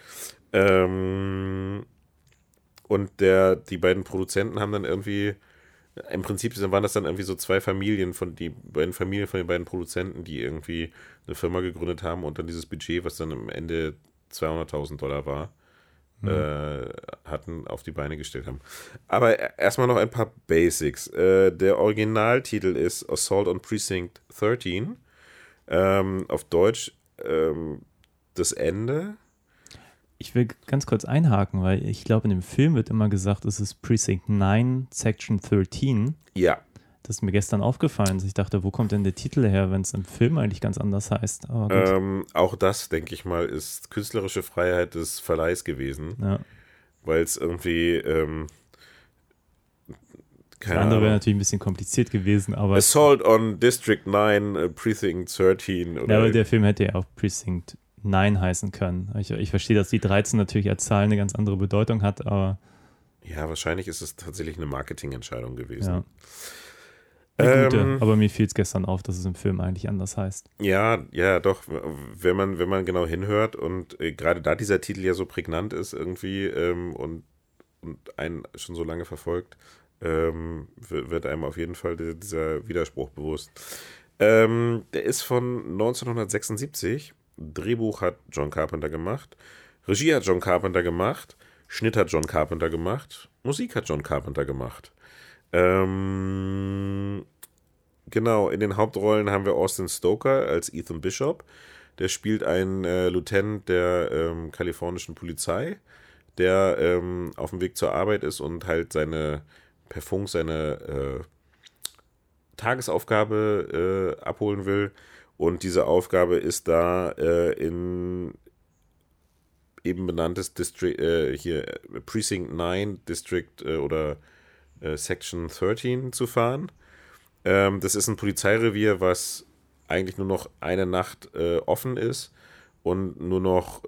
Und die beiden Produzenten haben dann irgendwie, im Prinzip waren das dann irgendwie so zwei Familien von den beiden Produzenten, die irgendwie eine Firma gegründet haben, und dann dieses Budget, was dann am Ende $200.000 war, hatten, auf die Beine gestellt haben. Aber erstmal noch ein paar Basics. Der Originaltitel ist Assault on Precinct 13. Auf Deutsch das Ende. Ich will ganz kurz einhaken, weil ich glaube, in dem Film wird immer gesagt, es ist Precinct 9, Section 13. Ja. Das ist mir gestern aufgefallen. Ich dachte, wo kommt denn der Titel her, wenn es im Film eigentlich ganz anders heißt? Aber gut. Auch das, denke ich mal, ist künstlerische Freiheit des Verleihs gewesen. Ja. Weil es irgendwie Das andere wäre natürlich ein bisschen kompliziert gewesen, aber Assault on District 9, Precinct 13. Oder ja, aber der Film hätte ja auch Precinct 9 heißen können. Ich verstehe, dass die 13 natürlich als Zahl eine ganz andere Bedeutung hat, aber ja, wahrscheinlich ist es tatsächlich eine Marketingentscheidung gewesen. ja. Eine gute, aber mir fiel es gestern auf, dass es im Film eigentlich anders heißt. Ja, doch, wenn man genau hinhört und gerade da dieser Titel ja so prägnant ist irgendwie und einen schon so lange verfolgt, wird einem auf jeden Fall dieser Widerspruch bewusst. Der ist von 1976. Drehbuch hat John Carpenter gemacht. Regie hat John Carpenter gemacht. Schnitt hat John Carpenter gemacht. Musik hat John Carpenter gemacht. Genau, in den Hauptrollen haben wir Austin Stoker als Ethan Bishop. Der spielt einen Lieutenant der kalifornischen Polizei, der auf dem Weg zur Arbeit ist und halt per Funk seine Tagesaufgabe abholen will. Und diese Aufgabe ist da in eben benanntes Precinct 9 District oder Section 13 zu fahren. Das ist ein Polizeirevier, was eigentlich nur noch eine Nacht offen ist und nur noch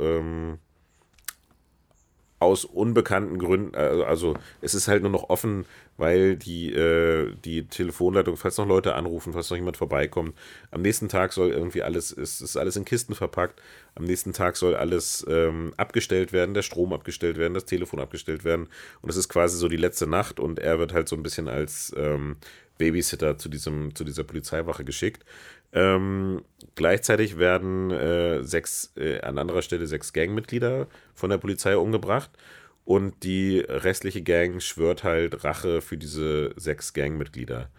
aus unbekannten Gründen, also es ist halt nur noch offen, weil die Telefonleitung, falls noch Leute anrufen, falls noch jemand vorbeikommt, am nächsten Tag soll irgendwie ist alles in Kisten verpackt, am nächsten Tag soll alles abgestellt werden, der Strom abgestellt werden, das Telefon abgestellt werden und es ist quasi so die letzte Nacht und er wird halt so ein bisschen als Babysitter zu dieser Polizeiwache geschickt. Gleichzeitig werden an anderer Stelle 6 Gangmitglieder von der Polizei umgebracht und die restliche Gang schwört halt Rache für diese 6 Gangmitglieder.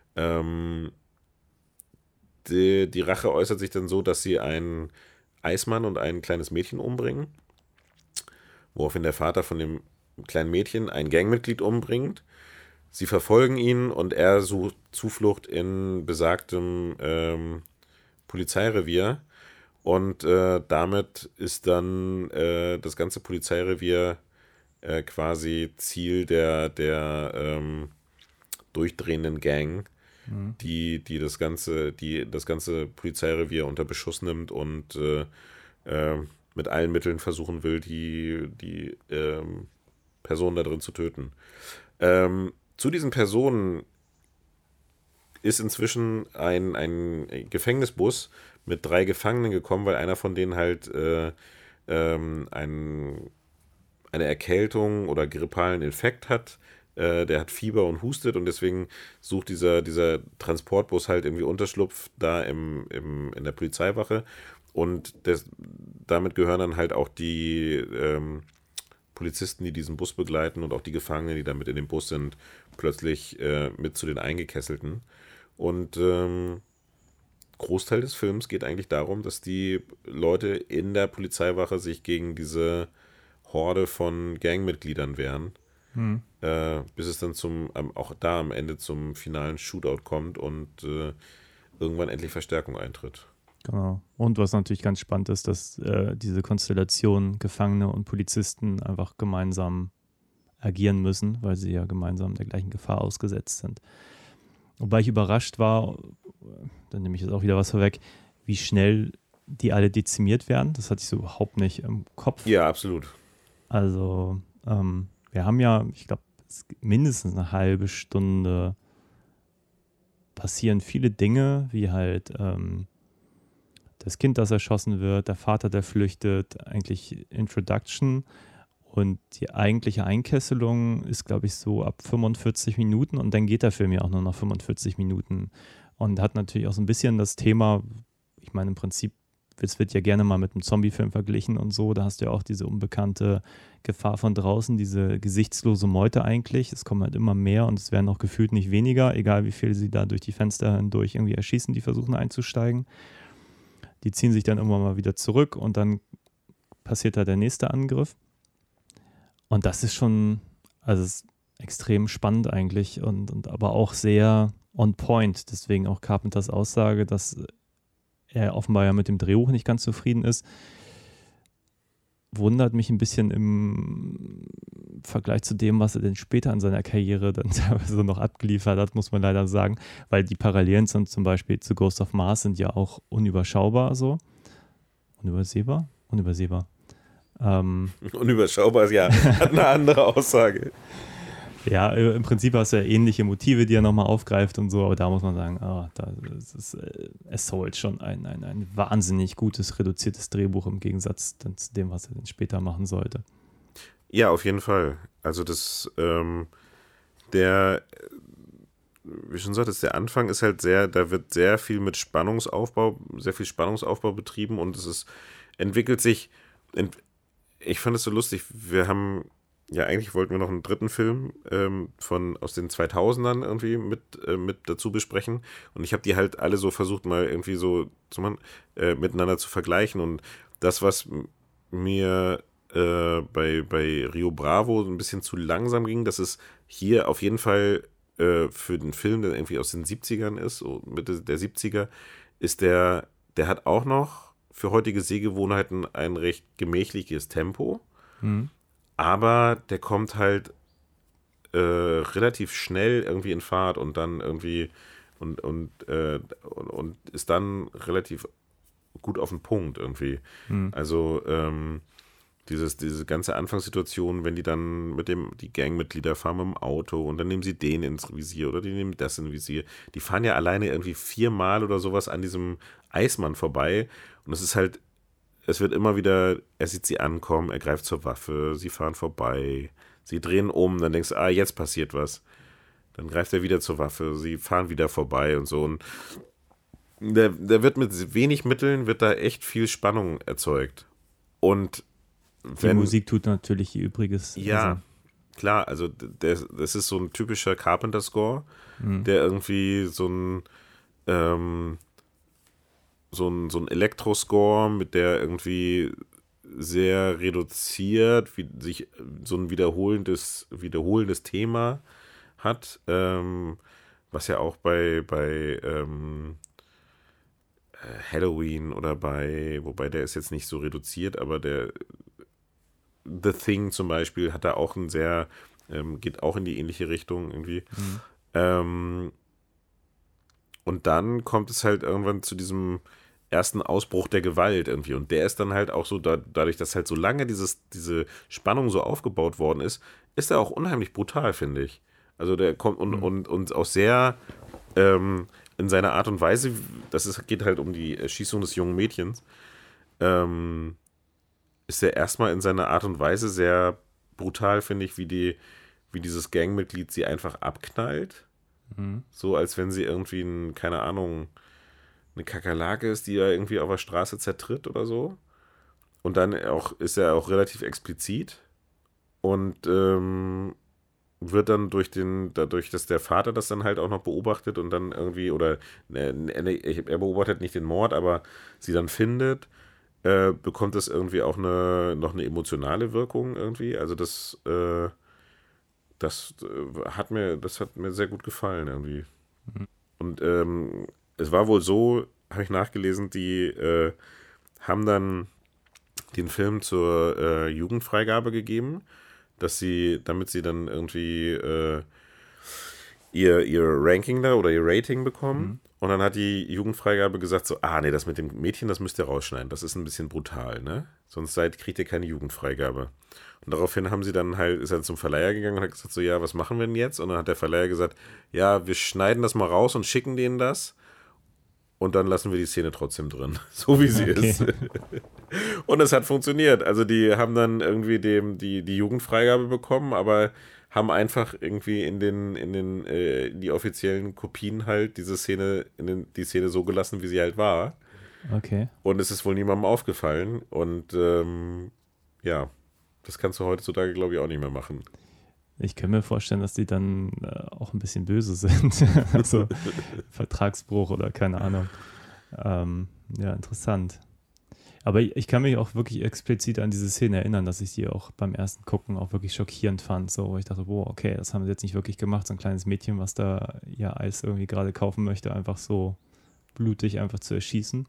Die Rache äußert sich dann so, dass sie einen Eismann und ein kleines Mädchen umbringen, woraufhin der Vater von dem kleinen Mädchen ein Gangmitglied umbringt. Sie verfolgen ihn und er sucht Zuflucht in besagtem Polizeirevier und damit ist dann das ganze Polizeirevier quasi Ziel der durchdrehenden Gang, die das ganze Polizeirevier unter Beschuss nimmt und mit allen Mitteln versuchen will, die Person da drin zu töten. Zu diesen Personen ist inzwischen ein Gefängnisbus mit 3 Gefangenen gekommen, weil einer von denen halt eine Erkältung oder grippalen Infekt hat. Der hat Fieber und hustet und deswegen sucht dieser Transportbus halt irgendwie Unterschlupf da in der Polizeiwache und damit gehören dann halt auch die Polizisten, die diesen Bus begleiten und auch die Gefangenen, die da mit in dem Bus sind, plötzlich mit zu den Eingekesselten. Und Großteil des Films geht eigentlich darum, dass die Leute in der Polizeiwache sich gegen diese Horde von Gangmitgliedern wehren, bis es dann auch da am Ende zum finalen Shootout kommt und irgendwann endlich Verstärkung eintritt. Genau. Und was natürlich ganz spannend ist, dass diese Konstellation Gefangene und Polizisten einfach gemeinsam agieren müssen, weil sie ja gemeinsam der gleichen Gefahr ausgesetzt sind. Wobei ich überrascht war, dann nehme ich jetzt auch wieder was vorweg, wie schnell die alle dezimiert werden. Das hatte ich so überhaupt nicht im Kopf. Ja, absolut. Also wir haben ja, ich glaube, mindestens eine halbe Stunde passieren viele Dinge, wie halt das Kind, das erschossen wird, der Vater, der flüchtet, eigentlich Introduction und die eigentliche Einkesselung ist, glaube ich, so ab 45 Minuten und dann geht der Film ja auch nur noch 45 Minuten und hat natürlich auch so ein bisschen das Thema, ich meine im Prinzip es wird ja gerne mal mit einem Zombie-Film verglichen und so. Da hast du ja auch diese unbekannte Gefahr von draußen, diese gesichtslose Meute eigentlich. Es kommen halt immer mehr und es werden auch gefühlt nicht weniger, egal wie viel sie da durch die Fenster hindurch irgendwie erschießen, die versuchen einzusteigen. Die ziehen sich dann irgendwann mal wieder zurück und dann passiert da der nächste Angriff. Und das ist schon, also es ist extrem spannend eigentlich und aber auch sehr on point. Deswegen auch Carpenters Aussage, dass er offenbar ja mit dem Drehbuch nicht ganz zufrieden ist. Wundert mich ein bisschen im Vergleich zu dem, was er denn später in seiner Karriere dann teilweise noch abgeliefert hat, muss man leider sagen, weil die Parallelen sind zum Beispiel zu Ghost of Mars sind ja auch unüberschaubar so. Unübersehbar? Unübersehbar. Unüberschaubar, ja, hat eine andere Aussage. Ja, im Prinzip hast du ja ähnliche Motive, die er nochmal aufgreift und so, aber da muss man sagen, es holt schon ein wahnsinnig gutes, reduziertes Drehbuch im Gegensatz zu dem, was er dann später machen sollte. Ja, auf jeden Fall. Also wie schon sagtest, der Anfang ist halt da wird sehr viel mit Spannungsaufbau betrieben und entwickelt sich, ich fand es so lustig, eigentlich wollten wir noch einen dritten Film aus den 2000ern irgendwie mit dazu besprechen und ich habe die halt alle so versucht mal irgendwie so miteinander zu vergleichen und das, was mir bei Rio Bravo ein bisschen zu langsam ging, dass es hier auf jeden Fall für den Film, der irgendwie aus den 70ern ist, so Mitte der 70er, ist der hat auch noch für heutige Sehgewohnheiten ein recht gemächliches Tempo, aber der kommt halt relativ schnell irgendwie in Fahrt und dann irgendwie und ist dann relativ gut auf den Punkt irgendwie. Also diese ganze Anfangssituation, wenn die dann die Gangmitglieder fahren mit dem Auto und dann nehmen sie den ins Visier oder die nehmen das ins Visier. Die fahren ja alleine irgendwie 4-mal oder sowas an diesem Eismann vorbei und es wird immer wieder, er sieht sie ankommen, er greift zur Waffe, sie fahren vorbei, sie drehen um, dann denkst du, jetzt passiert was. Dann greift er wieder zur Waffe, sie fahren wieder vorbei und so und der wird mit wenig Mitteln, wird da echt viel Spannung erzeugt. Und die Musik tut natürlich ihr Übriges. Ja, also. Klar, also das ist so ein typischer Carpenter-Score, der irgendwie so ein Elektro-Score, mit der irgendwie sehr reduziert, sich so ein wiederholendes Thema hat, was ja auch bei Halloween oder wobei der ist jetzt nicht so reduziert, aber der The Thing zum Beispiel hat da auch geht auch in die ähnliche Richtung irgendwie. Und dann kommt es halt irgendwann zu diesem ersten Ausbruch der Gewalt irgendwie. Und der ist dann halt auch so, dadurch, dass halt so lange diese Spannung so aufgebaut worden ist er auch unheimlich brutal, finde ich. Also der kommt und auch sehr in seiner Art und Weise, geht halt um die Erschießung des jungen Mädchens, ist er erstmal in seiner Art und Weise sehr brutal, finde ich, wie dieses Gangmitglied sie einfach abknallt. So, als wenn sie irgendwie keine Ahnung, eine Kakerlake ist, die er irgendwie auf der Straße zertritt oder so. Und dann ist er auch relativ explizit und wird dann dadurch, dass der Vater das dann halt auch noch beobachtet und dann irgendwie, oder er beobachtet nicht den Mord, aber sie dann findet, bekommt das irgendwie auch noch eine emotionale Wirkung irgendwie. Also das hat mir sehr gut gefallen irgendwie. Und es war wohl so, habe ich nachgelesen, die haben dann den Film zur Jugendfreigabe gegeben, damit sie dann irgendwie ihr Ranking da oder ihr Rating bekommen. Und dann hat die Jugendfreigabe gesagt so, nee, das mit dem Mädchen, das müsst ihr rausschneiden. Das ist ein bisschen brutal, ne? Sonst kriegt ihr keine Jugendfreigabe. Und daraufhin ist er zum Verleiher gegangen und hat gesagt so, ja, was machen wir denn jetzt? Und dann hat der Verleiher gesagt, ja, wir schneiden das mal raus und schicken denen das. Und dann lassen wir die Szene trotzdem drin, so wie sie ist. Und es hat funktioniert. Also die haben dann irgendwie die Jugendfreigabe bekommen, aber haben einfach irgendwie in die offiziellen Kopien halt die Szene so gelassen, wie sie halt war. Okay. Und es ist wohl niemandem aufgefallen. Und ja, das kannst du heutzutage, glaube ich, auch nicht mehr machen. Ich kann mir vorstellen, dass die dann auch ein bisschen böse sind. Also Vertragsbruch oder keine Ahnung. Ja, interessant. Aber ich kann mich auch wirklich explizit an diese Szene erinnern, dass ich die auch beim ersten Gucken auch wirklich schockierend fand. So, wo ich dachte, boah, okay, das haben sie jetzt nicht wirklich gemacht. So ein kleines Mädchen, was da ja Eis irgendwie gerade kaufen möchte, einfach so blutig einfach zu erschießen.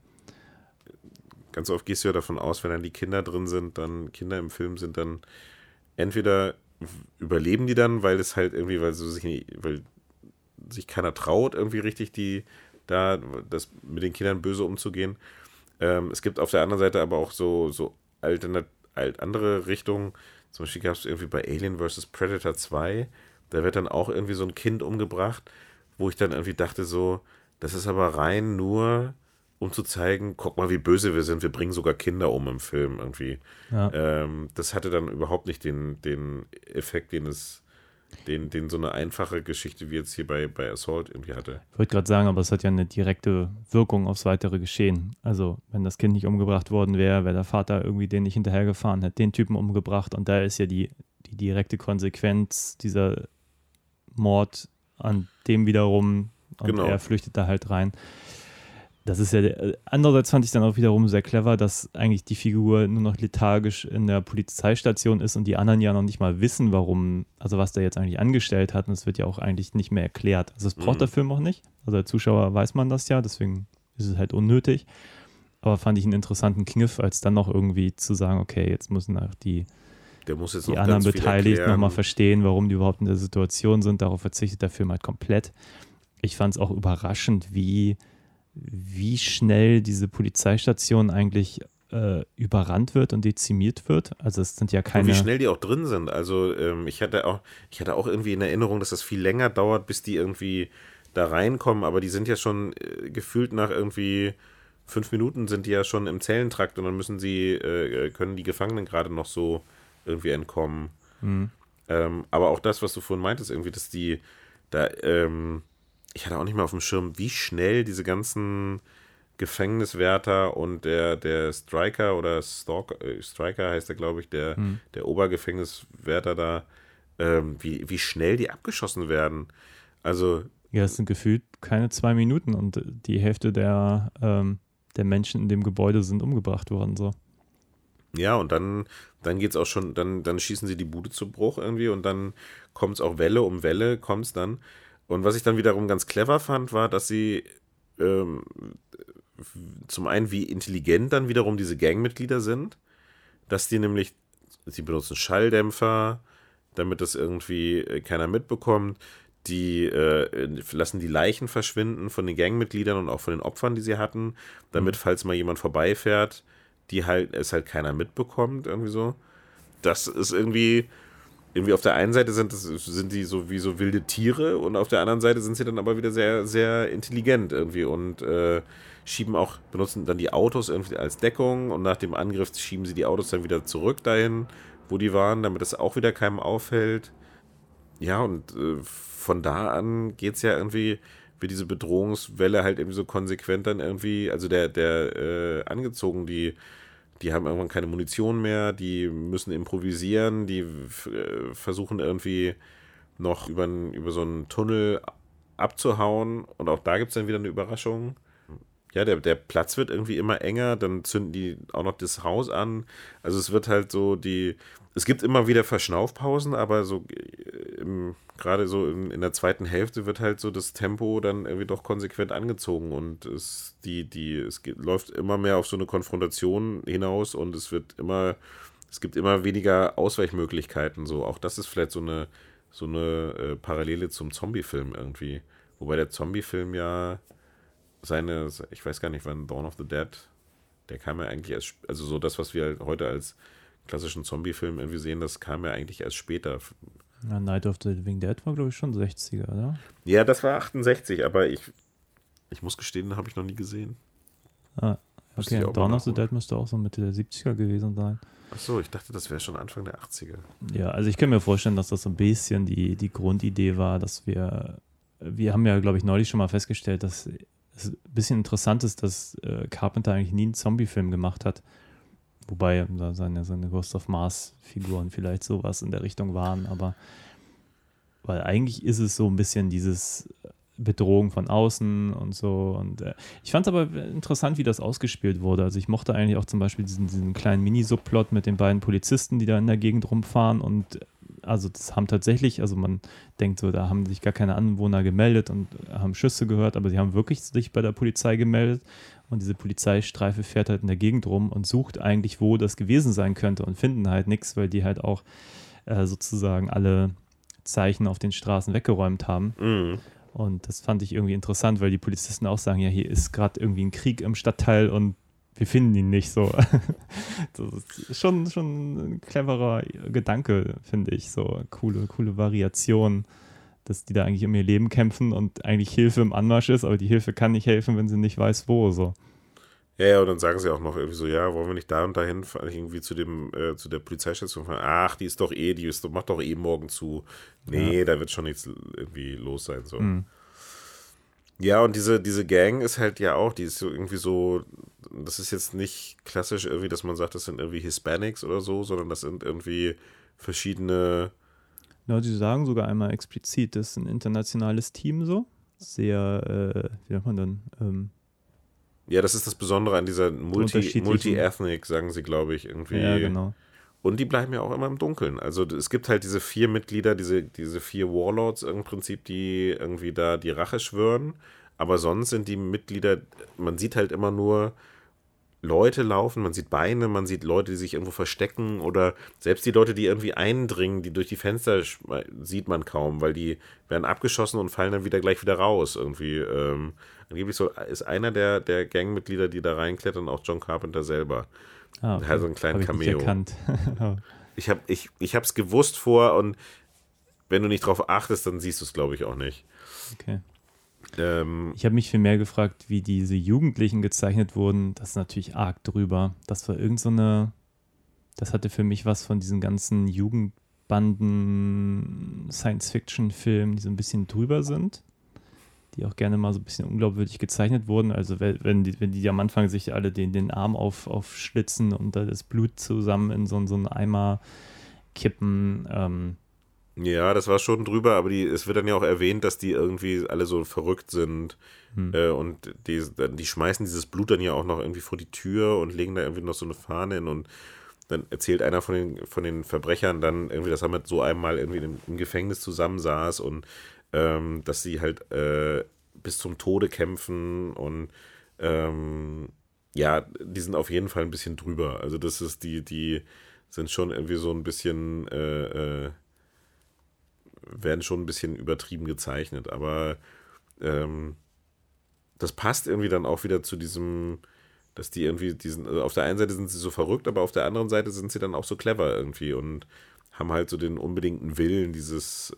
Ganz oft gehst du ja davon aus, wenn dann die Kinder drin sind, dann Kinder im Film sind, dann entweder überleben die dann, weil es halt irgendwie, weil sich keiner traut, irgendwie richtig das mit den Kindern böse umzugehen. Es gibt auf der anderen Seite aber auch so andere Richtungen. Zum Beispiel gab es irgendwie bei Alien vs. Predator 2, da wird dann auch irgendwie so ein Kind umgebracht, wo ich dann irgendwie dachte so, das ist aber rein nur, um zu zeigen, guck mal, wie böse wir sind, wir bringen sogar Kinder um im Film irgendwie. Ja. Das hatte dann überhaupt nicht den Effekt, den so eine einfache Geschichte wie jetzt hier bei Assault irgendwie hatte. Ich wollte gerade sagen, aber es hat ja eine direkte Wirkung aufs weitere Geschehen. Also, wenn das Kind nicht umgebracht worden wäre der Vater irgendwie den nicht hinterhergefahren, hätte den Typen umgebracht und da ist ja die direkte Konsequenz dieser Mord an dem wiederum und Genau. Er flüchtet da halt rein. Das ist ja, andererseits fand ich dann auch wiederum sehr clever, dass eigentlich die Figur nur noch lethargisch in der Polizeistation ist und die anderen ja noch nicht mal wissen, warum, also was der jetzt eigentlich angestellt hat. Und es wird ja auch eigentlich nicht mehr erklärt. Also das braucht der Film auch nicht. Also als Zuschauer weiß man das ja, deswegen ist es halt unnötig. Aber fand ich einen interessanten Kniff, als dann noch irgendwie zu sagen, okay, jetzt müssen auch die anderen Beteiligten nochmal verstehen, warum die überhaupt in der Situation sind. Darauf verzichtet der Film halt komplett. Ich fand es auch überraschend, wie schnell diese Polizeistation eigentlich überrannt wird und dezimiert wird. Also es sind ja keine... Und wie schnell die auch drin sind. Also ich hatte auch irgendwie in Erinnerung, dass das viel länger dauert, bis die irgendwie da reinkommen, aber die sind ja schon gefühlt nach irgendwie 5 Minuten sind die ja schon im Zellentrakt und dann können die Gefangenen gerade noch so irgendwie entkommen. Mhm. Aber auch das, was du vorhin meintest, irgendwie, dass die da... ich hatte auch nicht mehr auf dem Schirm, wie schnell diese ganzen Gefängniswärter und der Striker oder Striker heißt er, glaube ich, der Obergefängniswärter da, wie schnell die abgeschossen werden. Also ja, es sind gefühlt keine 2 Minuten und die Hälfte der Menschen in dem Gebäude sind umgebracht worden. So. Ja, und dann geht es auch schon, dann schießen sie die Bude zu Bruch irgendwie und dann kommt es auch Welle um Welle, kommt es dann. Und was ich dann wiederum ganz clever fand, war, dass sie zum einen, wie intelligent dann wiederum diese Gangmitglieder sind, dass die nämlich, sie benutzen Schalldämpfer, damit das irgendwie keiner mitbekommt, die lassen die Leichen verschwinden von den Gangmitgliedern und auch von den Opfern, die sie hatten, damit, falls mal jemand vorbeifährt, es halt keiner mitbekommt, irgendwie so. Das ist irgendwie auf der einen Seite sind die so wie so wilde Tiere und auf der anderen Seite sind sie dann aber wieder sehr, sehr intelligent irgendwie und benutzen dann die Autos irgendwie als Deckung und nach dem Angriff schieben sie die Autos dann wieder zurück dahin, wo die waren, damit es auch wieder keinem auffällt. Ja, und von da an geht es ja irgendwie, wie diese Bedrohungswelle halt irgendwie so konsequent dann irgendwie, also der angezogen, die haben irgendwann keine Munition mehr, die müssen improvisieren, die versuchen irgendwie noch über so einen Tunnel abzuhauen und auch da gibt es dann wieder eine Überraschung. Ja, der Platz wird irgendwie immer enger, dann zünden die auch noch das Haus an. Also es wird halt so es gibt immer wieder Verschnaufpausen, aber so gerade so in der zweiten Hälfte wird halt so das Tempo dann irgendwie doch konsequent angezogen und es läuft immer mehr auf so eine Konfrontation hinaus und es gibt immer weniger Ausweichmöglichkeiten. So, auch das ist vielleicht so eine Parallele zum Zombie-Film irgendwie. Wobei der Zombie-Film ja ich weiß gar nicht, wann Dawn of the Dead, der kam ja eigentlich also so das, was wir halt heute als klassischen Zombie-Film irgendwie sehen, das kam ja eigentlich erst später. Ja, Night of the Living Dead war, glaube ich, schon 60er, oder? Ja, das war 68, aber ich muss gestehen, den habe ich noch nie gesehen. Ah, okay. Dawn of the Dead müsste auch so Mitte der 70er gewesen sein. Achso, ich dachte, das wäre schon Anfang der 80er. Ja, also ich kann mir vorstellen, dass das so ein bisschen die Grundidee war, dass wir haben ja, glaube ich, neulich schon mal festgestellt, dass es ein bisschen interessant ist, dass Carpenter eigentlich nie einen Zombie-Film gemacht hat. Wobei seine Ghost of Mars-Figuren vielleicht sowas in der Richtung waren, aber weil eigentlich ist es so ein bisschen dieses Bedrohung von außen und so. Und ich fand es aber interessant, wie das ausgespielt wurde. Also ich mochte eigentlich auch zum Beispiel diesen kleinen Mini-Subplot mit den beiden Polizisten, die da in der Gegend rumfahren. Und also das haben tatsächlich, also man denkt so, da haben sich gar keine Anwohner gemeldet und haben Schüsse gehört, aber sie haben wirklich sich bei der Polizei gemeldet. Und diese Polizeistreife fährt halt in der Gegend rum und sucht eigentlich, wo das gewesen sein könnte und finden halt nichts, weil die halt auch sozusagen alle Zeichen auf den Straßen weggeräumt haben. Mhm. Und das fand ich irgendwie interessant, weil die Polizisten auch sagen, ja, hier ist gerade irgendwie ein Krieg im Stadtteil und wir finden ihn nicht so. Das ist schon ein cleverer Gedanke, finde ich. So coole Variation, dass die da eigentlich um ihr Leben kämpfen und eigentlich Hilfe im Anmarsch ist, aber die Hilfe kann nicht helfen, wenn sie nicht weiß, wo. So. Ja, und dann sagen sie auch noch irgendwie so, ja, wollen wir nicht da und dahin fahren, irgendwie zu der Polizeistation fahren? Ach, macht doch eh morgen zu. Nee, da wird schon nichts irgendwie los sein. So. Mhm. Ja, und diese Gang ist halt ja auch, die ist so irgendwie so, das ist jetzt nicht klassisch irgendwie, dass man sagt, das sind irgendwie Hispanics oder so, sondern das sind irgendwie verschiedene. Ja, die sagen sogar einmal explizit, das ist ein internationales Team so. Sehr, wie nennt man dann? Ja, das ist das Besondere an dieser Multi-Ethnic, sagen sie, glaube ich, irgendwie. Ja, genau. Und die bleiben ja auch immer im Dunkeln. Also es gibt halt diese 4 Mitglieder, diese 4 Warlords im Prinzip, die irgendwie da die Rache schwören. Aber sonst sind die Mitglieder, man sieht halt immer nur Leute laufen, man sieht Beine, man sieht Leute, die sich irgendwo verstecken oder selbst die Leute, die irgendwie eindringen, die durch die Fenster sieht man kaum, weil die werden abgeschossen und fallen dann gleich wieder raus. Irgendwie angeblich so ist einer der Gangmitglieder, die da reinklettern, auch John Carpenter selber. Ah, okay. Der hat so einen kleinen Hab ich Cameo. nicht erkannt. Ich hab's gewusst vor und wenn du nicht drauf achtest, dann siehst du es, glaube ich, auch nicht. Okay. Ich habe mich viel mehr gefragt, wie diese Jugendlichen gezeichnet wurden. Das ist natürlich arg drüber. Das war das hatte für mich was von diesen ganzen Jugendbanden Science-Fiction-Filmen, die so ein bisschen drüber sind, die auch gerne mal so ein bisschen unglaubwürdig gezeichnet wurden. Also wenn die am Anfang sich alle den Arm aufschlitzen und da das Blut zusammen in so einen Eimer kippen. Ja, das war schon drüber, aber es wird dann ja auch erwähnt, dass die irgendwie alle so verrückt sind und die schmeißen dieses Blut dann ja auch noch irgendwie vor die Tür und legen da irgendwie noch so eine Fahne hin und dann erzählt einer von den Verbrechern dann irgendwie, dass er mit so einem mal irgendwie im Gefängnis zusammensaß und dass sie halt bis zum Tode kämpfen und ja, die sind auf jeden Fall ein bisschen drüber. Also das ist die sind schon irgendwie so ein bisschen werden schon ein bisschen übertrieben gezeichnet, aber das passt irgendwie dann auch wieder zu diesem, dass die irgendwie also auf der einen Seite sind sie so verrückt, aber auf der anderen Seite sind sie dann auch so clever irgendwie und haben halt so den unbedingten Willen, diese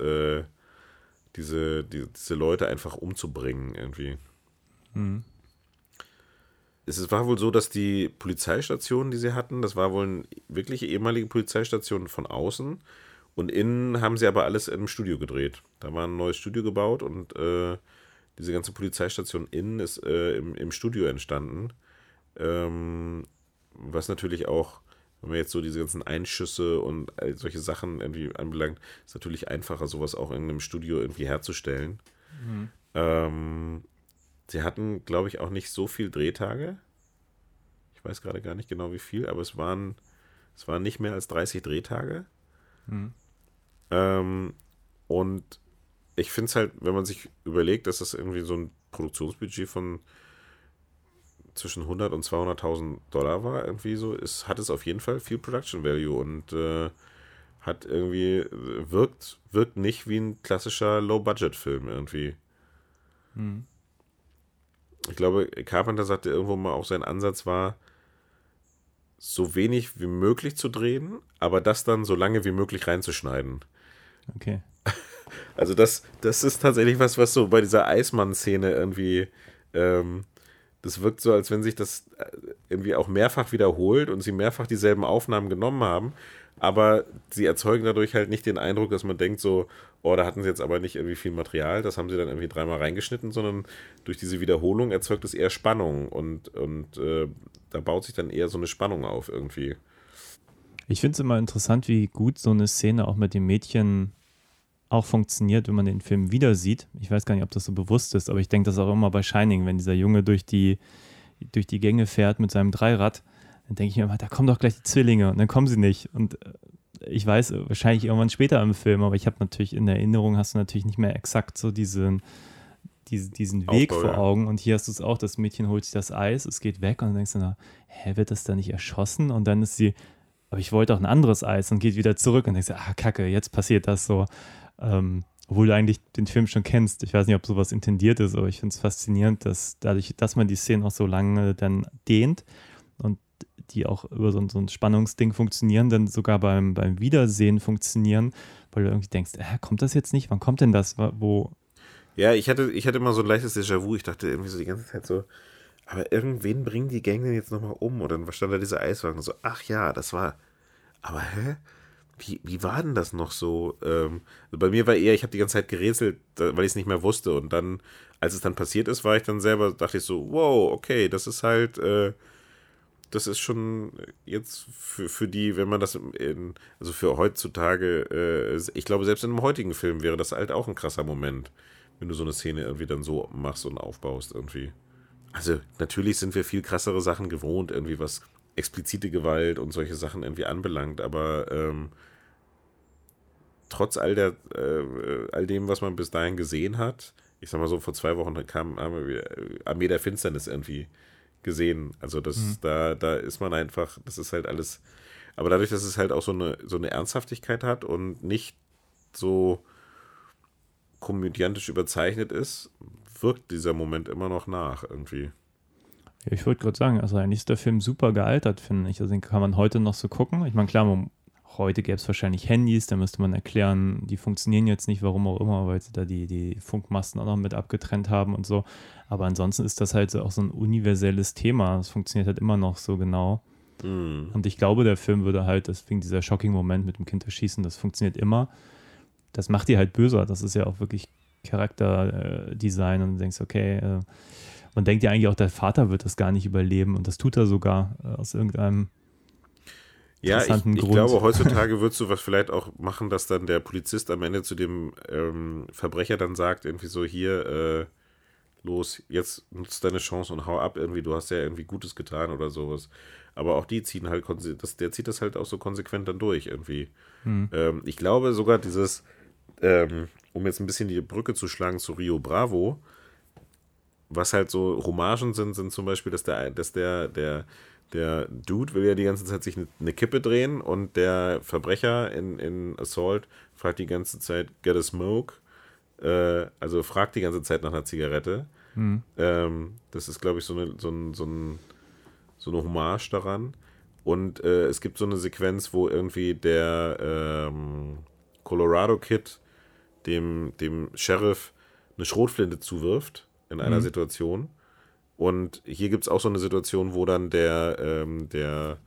Leute einfach umzubringen irgendwie. Mhm. Es war wohl so, dass die Polizeistation, die sie hatten, das war wohl eine wirklich ehemalige Polizeistation von außen. Und innen haben sie aber alles im Studio gedreht. Da war ein neues Studio gebaut und diese ganze Polizeistation innen ist im Studio entstanden. Was natürlich auch, wenn man jetzt so diese ganzen Einschüsse und all solche Sachen irgendwie anbelangt, ist natürlich einfacher, sowas auch in einem Studio irgendwie herzustellen. Mhm. Sie hatten, glaube ich, auch nicht so viel Drehtage. Ich weiß gerade gar nicht genau wie viel, aber es waren nicht mehr als 30 Drehtage. Mhm. Und ich finde es halt, wenn man sich überlegt, dass das irgendwie so ein Produktionsbudget von zwischen 100 und 200.000 Dollar war, irgendwie so, hat es auf jeden Fall viel Production Value und hat irgendwie, wirkt nicht wie ein klassischer Low-Budget-Film irgendwie. Mhm. Ich glaube, Carpenter sagte irgendwo mal, auch sein Ansatz war, so wenig wie möglich zu drehen, aber das dann so lange wie möglich reinzuschneiden. Okay. Also das ist tatsächlich was so bei dieser Eismann-Szene irgendwie, das wirkt so, als wenn sich das irgendwie auch mehrfach wiederholt und sie mehrfach dieselben Aufnahmen genommen haben, aber sie erzeugen dadurch halt nicht den Eindruck, dass man denkt so, oh, da hatten sie jetzt aber nicht irgendwie viel Material, das haben sie dann irgendwie 3-mal reingeschnitten, sondern durch diese Wiederholung erzeugt es eher Spannung und da baut sich dann eher so eine Spannung auf irgendwie. Ich finde es immer interessant, wie gut so eine Szene auch mit dem Mädchen auch funktioniert, wenn man den Film wieder sieht. Ich weiß gar nicht, ob das so bewusst ist, aber ich denke das auch immer bei Shining, wenn dieser Junge durch die Gänge fährt mit seinem Dreirad, dann denke ich mir immer, da kommen doch gleich die Zwillinge und dann kommen sie nicht. Und ich weiß, wahrscheinlich irgendwann später im Film, aber ich habe natürlich in Erinnerung, hast du natürlich nicht mehr exakt so diesen Weg Aufbau, vor ja. Augen. Und hier hast du es auch, das Mädchen holt sich das Eis, es geht weg und dann denkst du, na, wird das da nicht erschossen? Und dann ist sie, aber ich wollte auch ein anderes Eis und geht wieder zurück und denkst du, kacke, jetzt passiert das so. Obwohl du eigentlich den Film schon kennst. Ich weiß nicht, ob sowas intendiert ist, aber ich finde es faszinierend, dass dadurch, dass man die Szene auch so lange dann dehnt und die auch über so ein Spannungsding funktionieren, dann sogar beim Wiedersehen funktionieren, weil du irgendwie denkst, kommt das jetzt nicht? Wann kommt denn das? Wo? Ja, ich hatte immer so ein leichtes Déjà-vu. Ich dachte irgendwie so die ganze Zeit so, aber irgendwen bringen die Gang denn jetzt nochmal um? Und dann stand da dieser Eiswagen und so, ach ja, das war, aber Wie war denn das noch so? Bei mir war eher, ich habe die ganze Zeit gerätselt, weil ich es nicht mehr wusste. Und dann, als es dann passiert ist, war ich dann selber, dachte ich so, wow, okay, das ist halt, das ist schon jetzt für die, wenn man das also für heutzutage, ich glaube, selbst in einem heutigen Film wäre das halt auch ein krasser Moment, wenn du so eine Szene irgendwie dann so machst und aufbaust irgendwie. Also natürlich sind wir viel krassere Sachen gewohnt, irgendwie was explizite Gewalt und solche Sachen irgendwie anbelangt, aber trotz all dem, was man bis dahin gesehen hat, ich sag mal so, vor 2 Wochen haben wir Armee der Finsternis irgendwie gesehen. Also da ist man einfach, das ist halt alles, aber dadurch, dass es halt auch so eine Ernsthaftigkeit hat und nicht so komödiantisch überzeichnet ist, wirkt dieser Moment immer noch nach irgendwie. Ja, ich wollte gerade sagen, also eigentlich ist der Film super gealtert, finde ich. Also den kann man heute noch so gucken. Ich meine, klar, heute gäbe es wahrscheinlich Handys, da müsste man erklären, die funktionieren jetzt nicht, warum auch immer, weil sie da die Funkmasten auch noch mit abgetrennt haben und so. Aber ansonsten ist das halt auch so ein universelles Thema. Es funktioniert halt immer noch so genau. Und ich glaube, der Film würde halt, deswegen dieser Shocking-Moment mit dem Kind erschießen, das funktioniert immer. Das macht die halt böser. Das ist ja auch wirklich Charakterdesign und du denkst, okay, man denkt ja eigentlich auch, der Vater wird das gar nicht überleben und das tut er sogar aus irgendeinem interessanten ich Grund. glaube, heutzutage würdest du was vielleicht auch machen, dass dann der Polizist am Ende zu dem Verbrecher dann sagt, irgendwie so, hier, los, jetzt nutzt deine Chance und hau ab, irgendwie, du hast ja irgendwie Gutes getan oder sowas. Aber auch die ziehen halt, der zieht das halt auch so konsequent dann durch irgendwie. Ich glaube sogar dieses, um jetzt ein bisschen die Brücke zu schlagen zu Rio Bravo, was halt so Hommagen sind zum Beispiel, dass der Dude will ja die ganze Zeit sich eine Kippe drehen und der Verbrecher in Assault fragt die ganze Zeit, get a smoke? Also fragt die ganze Zeit nach einer Zigarette. Das ist, glaube ich, so eine Hommage daran. Und es gibt so eine Sequenz, wo irgendwie der Colorado Kid dem Sheriff eine Schrotflinte zuwirft in einer Situation. Und hier gibt es auch so eine Situation, wo dann der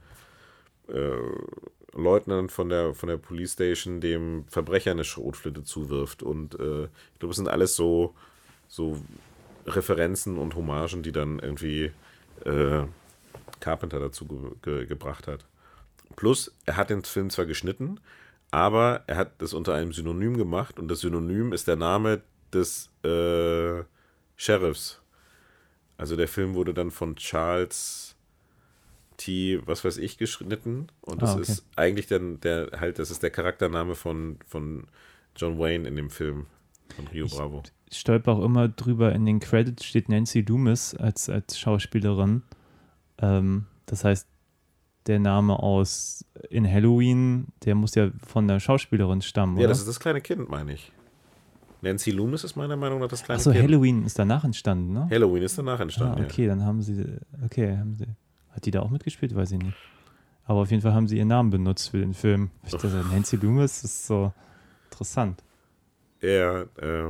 Leutnant von der Police Station dem Verbrecher eine Schrotflinte zuwirft. Und ich glaube, es sind alles so Referenzen und Hommagen, die dann irgendwie Carpenter dazu gebracht hat. Plus, er hat den Film zwar geschnitten, aber er hat das unter einem Synonym gemacht und das Synonym ist der Name des Sheriffs. Also der Film wurde dann von Charles T., was weiß ich, geschnitten und das ist eigentlich dann das ist der Charaktername von John Wayne in dem Film von Rio Bravo. Ich stolper auch immer drüber, in den Credits steht Nancy Loomis als Schauspielerin. Das heißt, der Name aus in Halloween, der muss ja von der Schauspielerin stammen, Ja, oder? das ist das kleine Kind, meine ich. Nancy Loomis ist meiner Meinung nach das kleine Achso, Kind. Halloween ist danach entstanden, ne? Halloween ist danach entstanden, okay, dann haben sie, hat die da auch mitgespielt? Weiß ich nicht. Aber auf jeden Fall haben sie ihren Namen benutzt für den Film. Ich dachte, Nancy Loomis ist so interessant. Ja,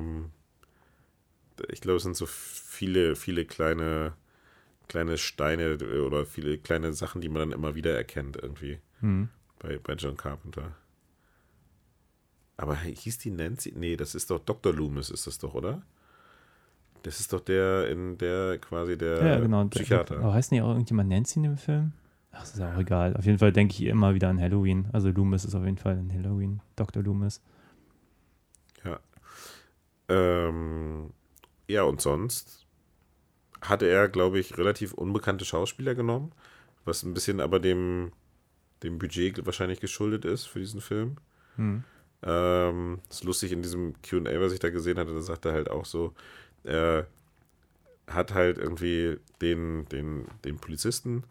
ich glaube, es sind so viele, viele kleine Steine oder viele kleine Sachen, die man dann immer wieder erkennt irgendwie. bei John Carpenter. Aber hieß die Nancy? Nee, das ist doch Dr. Loomis, ist das doch, oder? Das ist doch der quasi der Ja, genau. Psychiater. Aber heißt nicht auch irgendjemand Nancy in dem Film? Ach, das ist ja auch egal. Auf jeden Fall denke ich immer wieder an Halloween. Also Loomis ist auf jeden Fall ein Halloween. Dr. Loomis. Ja. Ja, und sonst hatte er, glaube ich, relativ unbekannte Schauspieler genommen, was ein bisschen aber dem Budget wahrscheinlich geschuldet ist für diesen Film. Das ist lustig, in diesem Q&A, was ich da gesehen hatte, da sagt er halt auch so, er hat halt irgendwie den Polizisten,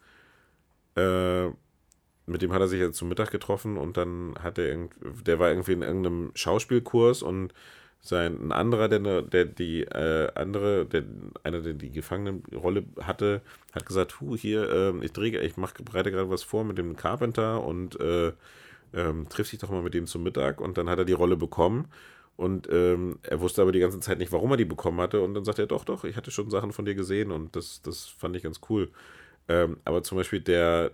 mit dem hat er sich jetzt zum Mittag getroffen und dann hat der war irgendwie in irgendeinem Schauspielkurs und ein anderer, der die Gefangenenrolle hatte, hat gesagt, hier, ich bereite gerade was vor mit dem Carpenter und triff dich doch mal mit dem zum Mittag. Und dann hat er die Rolle bekommen und er wusste aber die ganze Zeit nicht, warum er die bekommen hatte. Und dann sagt er, doch, ich hatte schon Sachen von dir gesehen und das fand ich ganz cool. Aber zum Beispiel der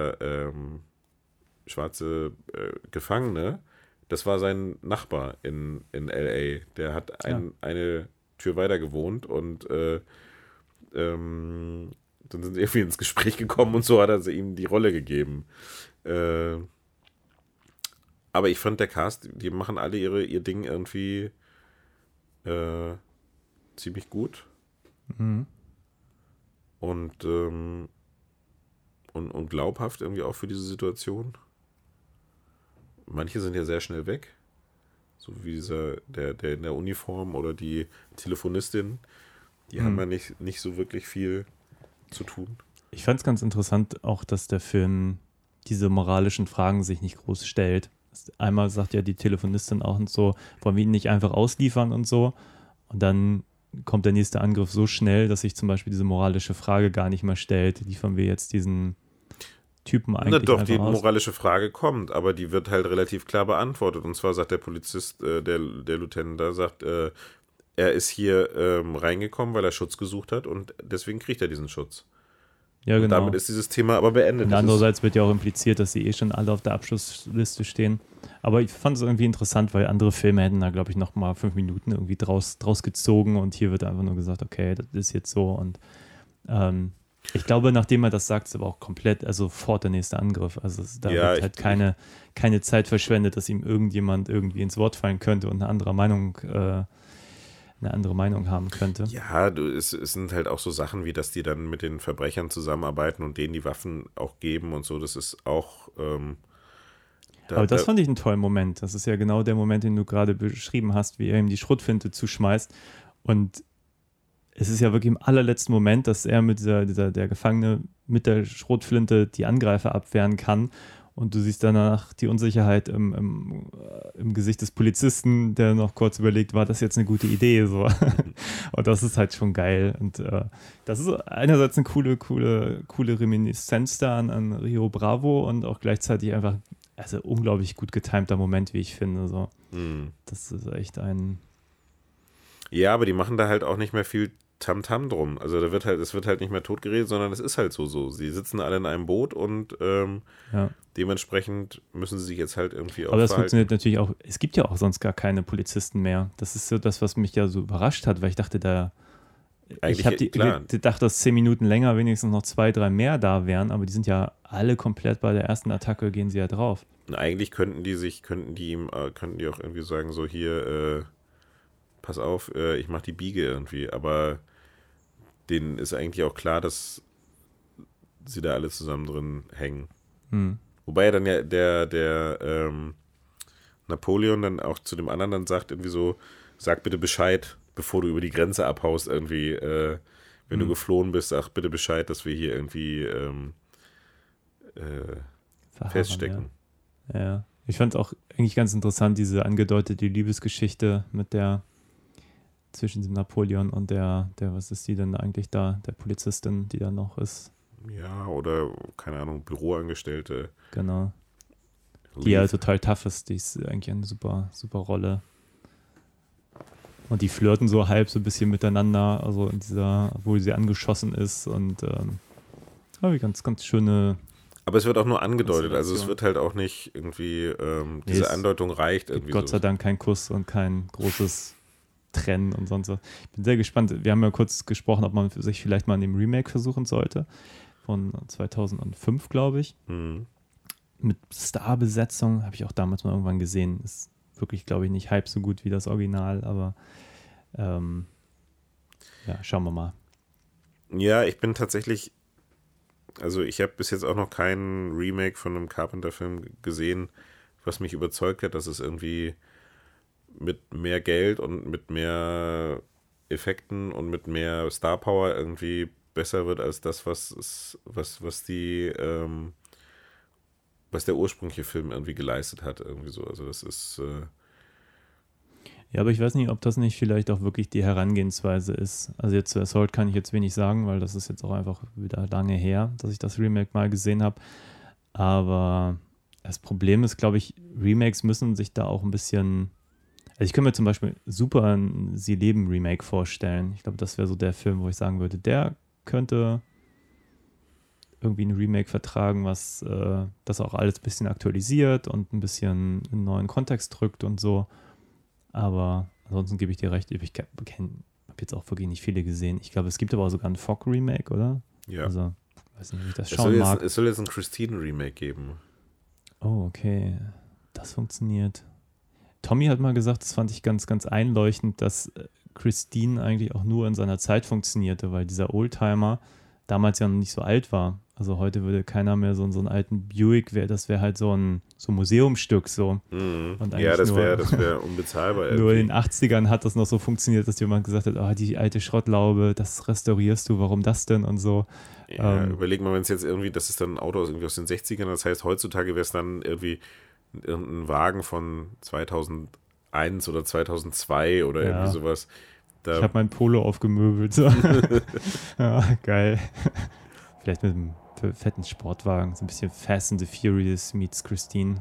schwarze Gefangene, das war sein Nachbar in L.A. Der hat eine Tür weiter gewohnt und dann sind sie irgendwie ins Gespräch gekommen und so hat er ihm die Rolle gegeben. Aber ich fand, der Cast, die machen alle ihr Ding irgendwie ziemlich gut. Und glaubhaft irgendwie auch für diese Situation. Manche sind ja sehr schnell weg. So wie der in der Uniform oder die Telefonistin. Die haben ja nicht so wirklich viel zu tun. Ich fand es ganz interessant auch, dass der Film diese moralischen Fragen sich nicht groß stellt. Einmal sagt ja die Telefonistin auch und so, wollen wir ihn nicht einfach ausliefern und so. Und dann kommt der nächste Angriff so schnell, dass sich zum Beispiel diese moralische Frage gar nicht mehr stellt. Liefern wir jetzt diesen Typen eigentlich Na doch, einfach die aus? moralische Frage kommt, aber die wird halt relativ klar beantwortet. Und zwar sagt der Polizist, der Lieutenant da, sagt, er ist hier reingekommen, weil er Schutz gesucht hat und deswegen kriegt er diesen Schutz. Ja, Und genau. damit ist dieses Thema aber beendet. Und andererseits wird ja auch impliziert, dass sie schon alle auf der Abschlussliste stehen. Aber ich fand es irgendwie interessant, weil andere Filme hätten da, glaube ich, noch mal 5 Minuten irgendwie draus gezogen und hier wird einfach nur gesagt, okay, das ist jetzt so. Und ich glaube, nachdem er das sagt, ist aber auch komplett, also sofort der nächste Angriff. Also da wird halt keine Zeit verschwendet, dass ihm irgendjemand irgendwie ins Wort fallen könnte und eine andere Meinung haben könnte. Ja, es sind halt auch so Sachen wie, dass die dann mit den Verbrechern zusammenarbeiten und denen die Waffen auch geben und so. Das ist auch aber das fand ich einen tollen Moment. Das ist ja genau der Moment, den du gerade beschrieben hast, wie er ihm die Schrotflinte zuschmeißt. Und es ist ja wirklich im allerletzten Moment, dass er mit der Gefangene mit der Schrotflinte die Angreifer abwehren kann. Und du siehst danach die Unsicherheit im Gesicht des Polizisten, der noch kurz überlegt, war das jetzt eine gute Idee? So. Und das ist halt schon geil. Und das ist einerseits eine coole Reminiszenz da an Rio Bravo und auch gleichzeitig einfach unglaublich gut getimter Moment, wie ich finde. So. Das ist echt ein... Ja, aber die machen da halt auch nicht mehr viel Tamtam drum. Also es wird halt nicht mehr totgeredet, sondern es ist halt so. Sie sitzen alle in einem Boot und dementsprechend müssen sie sich jetzt halt irgendwie auch Aber das verhalten. funktioniert natürlich auch, es gibt ja auch sonst gar keine Polizisten mehr. Das ist so das, was mich ja so überrascht hat, weil ich dachte, ich dachte, dass 10 Minuten länger wenigstens noch 2, 3 mehr da wären, aber die sind ja alle komplett bei der ersten Attacke, gehen sie ja drauf. Und eigentlich könnten die auch irgendwie sagen, so hier, pass auf, ich mach die Biege irgendwie, aber denen ist eigentlich auch klar, dass sie da alle zusammen drin hängen. Wobei dann ja der Napoleon dann auch zu dem anderen dann sagt irgendwie so, sag bitte Bescheid, bevor du über die Grenze abhaust irgendwie, wenn du geflohen bist, sag bitte Bescheid, dass wir hier irgendwie feststecken. Ja. Ich fand auch eigentlich ganz interessant, diese angedeutete Liebesgeschichte zwischen dem Napoleon und der, was ist die denn eigentlich da, der Polizistin, die da noch ist. Ja, oder, keine Ahnung, Büroangestellte. Genau. Die ja total tough ist, die ist eigentlich eine super, super Rolle. Und die flirten so halb so ein bisschen miteinander, also in dieser, obwohl sie angeschossen ist und ganz, ganz schöne Aber es wird auch nur angedeutet, also es Konstellation. wird halt auch nicht irgendwie, diese es Andeutung reicht irgendwie Gott sei so. Dank kein Kuss und kein großes Trennen und sonst was. Ich bin sehr gespannt. Wir haben ja kurz gesprochen, ob man sich vielleicht mal an dem Remake versuchen sollte. Von 2005, glaube ich. Mhm. Mit Starbesetzung habe ich auch damals mal irgendwann gesehen. Ist wirklich, glaube ich, nicht halb so gut wie das Original, aber ja, schauen wir mal. Ja, ich bin tatsächlich, also ich habe bis jetzt auch noch kein Remake von einem Carpenter-Film gesehen, was mich überzeugt hat, dass es irgendwie mit mehr Geld und mit mehr Effekten und mit mehr Star Power irgendwie besser wird als das, was der ursprüngliche Film irgendwie geleistet hat, irgendwie so. Also das ist Ja, aber ich weiß nicht, ob das nicht vielleicht auch wirklich die Herangehensweise ist. Also jetzt zu Assault kann ich jetzt wenig sagen, weil das ist jetzt auch einfach wieder lange her, dass ich das Remake mal gesehen habe. Aber das Problem ist, glaube ich, Remakes müssen sich da auch ein bisschen. Also ich könnte mir zum Beispiel super ein Sie leben Remake vorstellen. Ich glaube, das wäre so der Film, wo ich sagen würde, der könnte irgendwie ein Remake vertragen, was das auch alles ein bisschen aktualisiert und ein bisschen in einen neuen Kontext drückt und so. Aber ansonsten gebe ich dir recht, ich habe jetzt auch wirklich nicht viele gesehen. Ich glaube, es gibt aber auch sogar ein Fogg-Remake, oder? ja. Also, weiß nicht, ob ich das schauen mag. Es soll jetzt ein Christine-Remake geben. Oh, okay. Das funktioniert. Tommy hat mal gesagt, das fand ich ganz, ganz einleuchtend, dass Christine eigentlich auch nur in seiner Zeit funktionierte, weil dieser Oldtimer damals ja noch nicht so alt war. Also heute würde keiner mehr so einen alten Buick, das wäre halt so ein Museumsstück so. Mhm. Und Ja, eigentlich das wäre unbezahlbar. nur in irgendwie. den 80ern hat das noch so funktioniert, dass jemand gesagt hat, oh, die alte Schrottlaube, das restaurierst du, warum das denn und so. Ja, überleg mal, wenn es jetzt irgendwie, das ist dann ein Auto irgendwie aus den 60ern, das heißt, heutzutage wäre es dann irgendwie irgendein Wagen von 2001 oder 2002 oder irgendwie sowas. Ich habe mein Polo aufgemöbelt. So. Ja, geil. Vielleicht mit einem fetten Sportwagen, so ein bisschen Fast and the Furious meets Christine.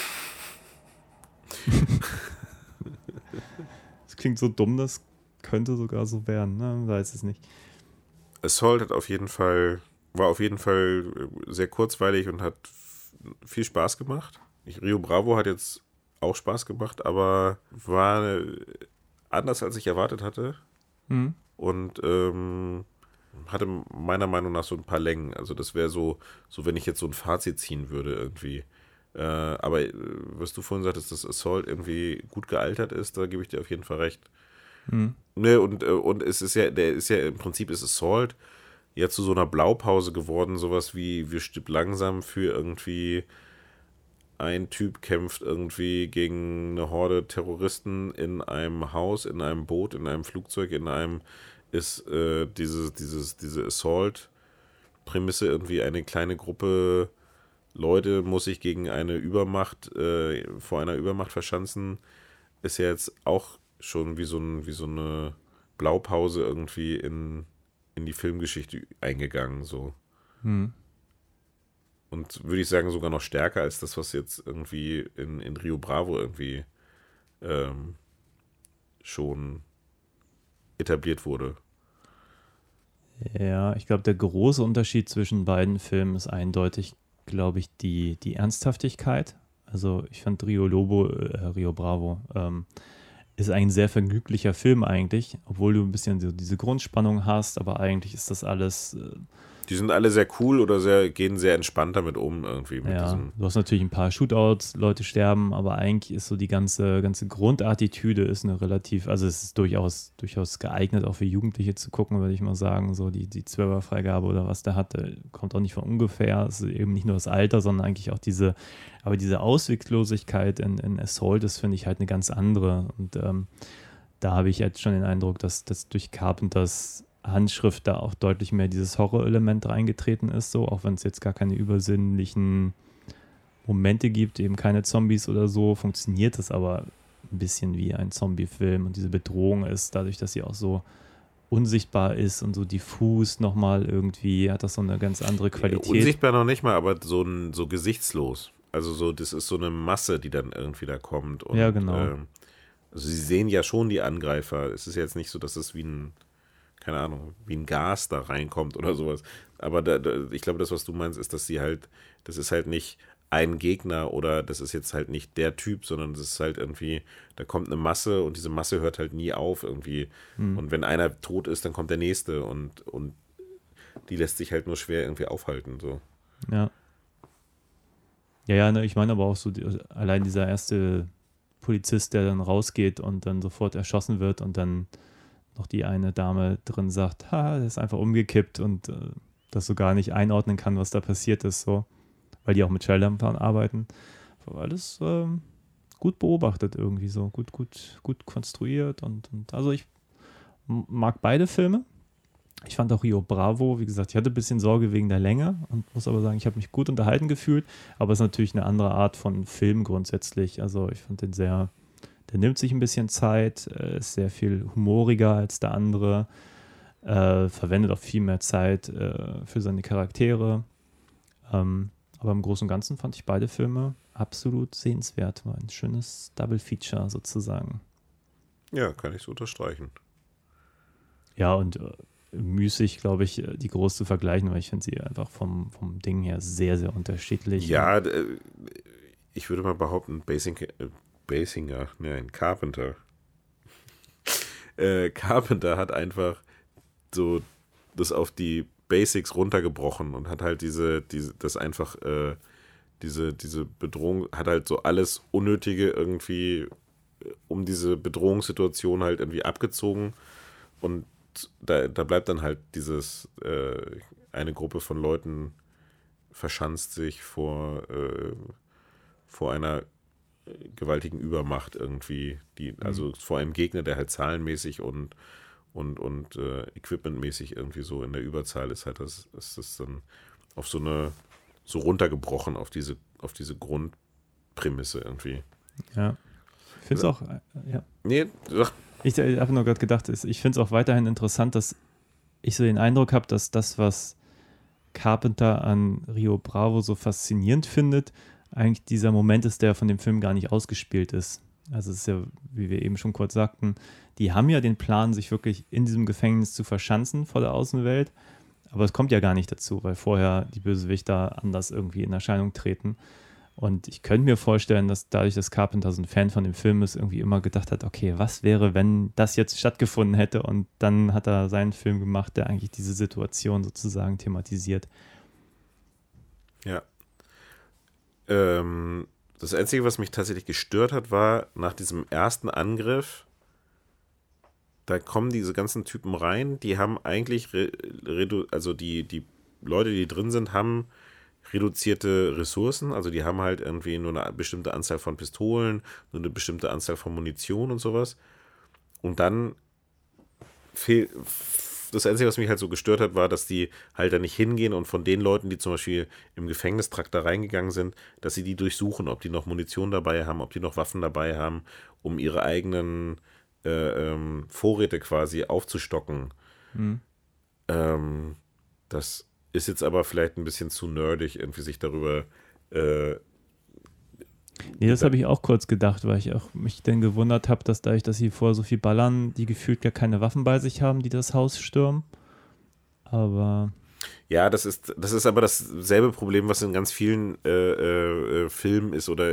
Das klingt so dumm, das könnte sogar so werden, ne? Weiß es nicht. Assault war auf jeden Fall sehr kurzweilig und hat viel Spaß gemacht. Rio Bravo hat jetzt auch Spaß gemacht, aber war anders, als ich erwartet hatte. Mhm. Und hatte meiner Meinung nach so ein paar Längen. Also das wäre so, wenn ich jetzt so ein Fazit ziehen würde irgendwie. Aber was du vorhin sagtest, dass Assault irgendwie gut gealtert ist, da gebe ich dir auf jeden Fall recht. Mhm. Ne, und es ist ja, im Prinzip ist Assault ja zu so einer Blaupause geworden, sowas wie wir stirbt langsam für irgendwie ein Typ kämpft irgendwie gegen eine Horde Terroristen in einem Haus, in einem Boot, in einem Flugzeug, in einem ist diese Assault-Prämisse irgendwie eine kleine Gruppe Leute muss sich gegen eine Übermacht, vor einer Übermacht verschanzen, ist ja jetzt auch schon wie so eine Blaupause irgendwie in die Filmgeschichte eingegangen, so. Mhm. Und würde ich sagen, sogar noch stärker als das, was jetzt irgendwie in Rio Bravo irgendwie schon etabliert wurde. Ja, ich glaube, der große Unterschied zwischen beiden Filmen ist eindeutig, glaube ich, die Ernsthaftigkeit. Also ich fand Rio Bravo ist ein sehr vergnüglicher Film eigentlich, obwohl du ein bisschen so diese Grundspannung hast, aber eigentlich ist das alles Die sind alle sehr cool oder gehen sehr entspannt damit um irgendwie. Mit ja, du hast natürlich ein paar Shootouts, Leute sterben, aber eigentlich ist so die ganze Grundattitüde ist eine relativ, also es ist durchaus geeignet, auch für Jugendliche zu gucken, würde ich mal sagen. So die 12er-Freigabe oder was der hat, kommt auch nicht von ungefähr. Es ist eben nicht nur das Alter, sondern eigentlich auch diese Ausweglosigkeit in Assault ist, finde ich, halt eine ganz andere. Und da habe ich jetzt schon den Eindruck, dass durch Carpenters Handschrift da auch deutlich mehr dieses Horrorelement reingetreten ist, so, auch wenn es jetzt gar keine übersinnlichen Momente gibt, eben keine Zombies oder so, funktioniert es aber ein bisschen wie ein Zombie-Film und diese Bedrohung ist, dadurch, dass sie auch so unsichtbar ist und so diffus nochmal irgendwie, hat das so eine ganz andere Qualität. Unsichtbar noch nicht mal, aber so gesichtslos. Also so, das ist so eine Masse, die dann irgendwie da kommt. Und, ja, genau. Also sie sehen ja schon die Angreifer. Es ist jetzt nicht so, dass es wie ein Gas da reinkommt oder sowas. Aber ich glaube, das, was du meinst, ist, dass das ist halt nicht ein Gegner oder das ist jetzt halt nicht der Typ, sondern das ist halt irgendwie, da kommt eine Masse und diese Masse hört halt nie auf irgendwie. Und wenn einer tot ist, dann kommt der nächste und die lässt sich halt nur schwer irgendwie aufhalten, so. Ja. Ja, ne, ich meine aber auch so, allein dieser erste Polizist, der dann rausgeht und dann sofort erschossen wird und dann noch die eine Dame drin sagt, der ist einfach umgekippt und das so gar nicht einordnen kann, was da passiert ist, so, weil die auch mit Schalldämpfern arbeiten. War alles gut beobachtet irgendwie so, gut konstruiert und also ich mag beide Filme. Ich fand auch Rio Bravo, wie gesagt, ich hatte ein bisschen Sorge wegen der Länge und muss aber sagen, ich habe mich gut unterhalten gefühlt, aber es ist natürlich eine andere Art von Film grundsätzlich. Also ich fand den der nimmt sich ein bisschen Zeit, ist sehr viel humoriger als der andere, verwendet auch viel mehr Zeit für seine Charaktere. Aber im Großen und Ganzen fand ich beide Filme absolut sehenswert. War ein schönes Double Feature sozusagen. Ja, kann ich so unterstreichen. Ja, und müßig, glaube ich, die groß zu vergleichen, weil ich finde sie einfach vom Ding her sehr, sehr unterschiedlich. Ja, ich würde mal behaupten, Carpenter. Carpenter hat einfach so das auf die Basics runtergebrochen und hat halt diese Bedrohung, hat halt so alles Unnötige irgendwie um diese Bedrohungssituation halt irgendwie abgezogen und da bleibt dann halt eine Gruppe von Leuten verschanzt sich vor einer gewaltigen Übermacht irgendwie, also vor einem Gegner, der halt zahlenmäßig und equipmentmäßig irgendwie so in der Überzahl ist, halt das dann auf so runtergebrochen auf diese Grundprämisse irgendwie. Ja. Ich finde es auch, ja. Nee, sag. Ich habe nur gerade gedacht, ich finde es auch weiterhin interessant, dass ich so den Eindruck habe, dass das, was Carpenter an Rio Bravo so faszinierend findet, eigentlich dieser Moment ist, der von dem Film gar nicht ausgespielt ist. Also es ist ja, wie wir eben schon kurz sagten, die haben ja den Plan, sich wirklich in diesem Gefängnis zu verschanzen vor der Außenwelt, aber es kommt ja gar nicht dazu, weil vorher die Bösewichter anders irgendwie in Erscheinung treten. Und ich könnte mir vorstellen, dass dadurch, dass Carpenter so ein Fan von dem Film ist, irgendwie immer gedacht hat, okay, was wäre, wenn das jetzt stattgefunden hätte? Und dann hat er seinen Film gemacht, der eigentlich diese Situation sozusagen thematisiert. Ja. Das Einzige, was mich tatsächlich gestört hat, war nach diesem ersten Angriff, da kommen diese ganzen Typen rein, die haben eigentlich, also die Leute, die drin sind, haben reduzierte Ressourcen, also die haben halt irgendwie nur eine bestimmte Anzahl von Pistolen, nur eine bestimmte Anzahl von Munition und sowas. Und dann fehlt, das Einzige, was mich halt so gestört hat, war, dass die halt da nicht hingehen und von den Leuten, die zum Beispiel im Gefängnistrakt da reingegangen sind, dass sie die durchsuchen, ob die noch Munition dabei haben, ob die noch Waffen dabei haben, um ihre eigenen Vorräte quasi aufzustocken. Das ist jetzt aber vielleicht ein bisschen zu nerdig, irgendwie sich darüber Nee, das habe ich auch kurz gedacht, weil ich auch mich dann gewundert habe, dass dadurch, dass sie vorher so viel ballern, die gefühlt gar keine Waffen bei sich haben, die das Haus stürmen. Aber ja, das ist aber dasselbe Problem, was in ganz vielen Filmen ist oder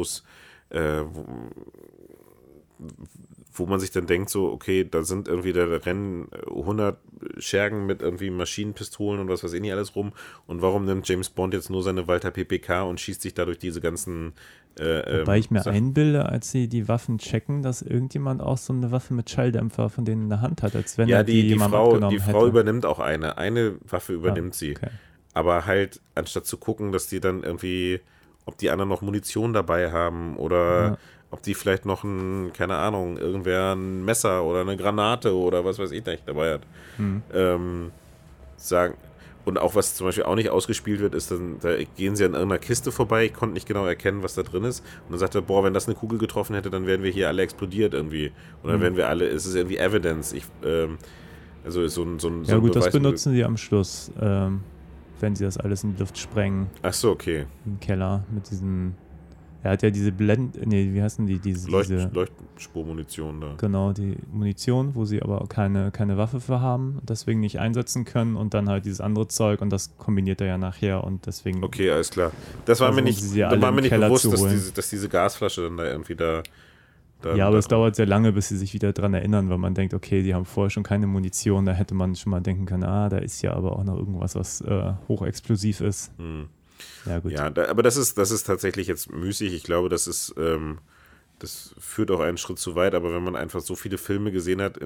wo man sich dann denkt, so, okay, da sind irgendwie, da rennen 100 Schergen mit irgendwie Maschinenpistolen und was weiß ich nicht alles rum und warum nimmt James Bond jetzt nur seine Walter PPK und schießt sich dadurch diese ganzen wobei ich mir einbilde, als sie die Waffen checken, dass irgendjemand auch so eine Waffe mit Schalldämpfer von denen in der Hand hat, als wenn ja, er die jemand abgenommen hätte. Die Frau übernimmt auch eine Waffe übernimmt sie, aber halt, anstatt zu gucken, dass die dann irgendwie, ob die anderen noch Munition dabei haben oder ob die vielleicht noch keine Ahnung, irgendwer ein Messer oder eine Granate oder was weiß ich nicht dabei hat. Sagen. Und auch was zum Beispiel auch nicht ausgespielt wird, ist dann, da gehen sie an irgendeiner Kiste vorbei, ich konnte nicht genau erkennen, was da drin ist. Und dann sagt er, boah, wenn das eine Kugel getroffen hätte, dann wären wir hier alle explodiert irgendwie. Oder wären wir alle, es ist irgendwie Evidence. Also so ein ja gut, das benutzen sie am Schluss, wenn sie das alles in die Luft sprengen. Ach so, okay. Im Keller mit diesem. Er hat ja diese wie heißen die? Diese Leuchtspurmunition da. Genau, die Munition, wo sie aber keine Waffe für haben und deswegen nicht einsetzen können und dann halt dieses andere Zeug und das kombiniert er ja nachher und deswegen... Okay, alles klar. Das war mir nicht bewusst, dass diese Gasflasche dann da irgendwie da ja, aber es dauert sehr lange, bis sie sich wieder dran erinnern, weil man denkt, okay, die haben vorher schon keine Munition, da hätte man schon mal denken können, da ist ja aber auch noch irgendwas, was hochexplosiv ist. Ja, gut. Ja, aber das ist tatsächlich jetzt müßig. Ich glaube, das führt auch einen Schritt zu weit, aber wenn man einfach so viele Filme gesehen hat,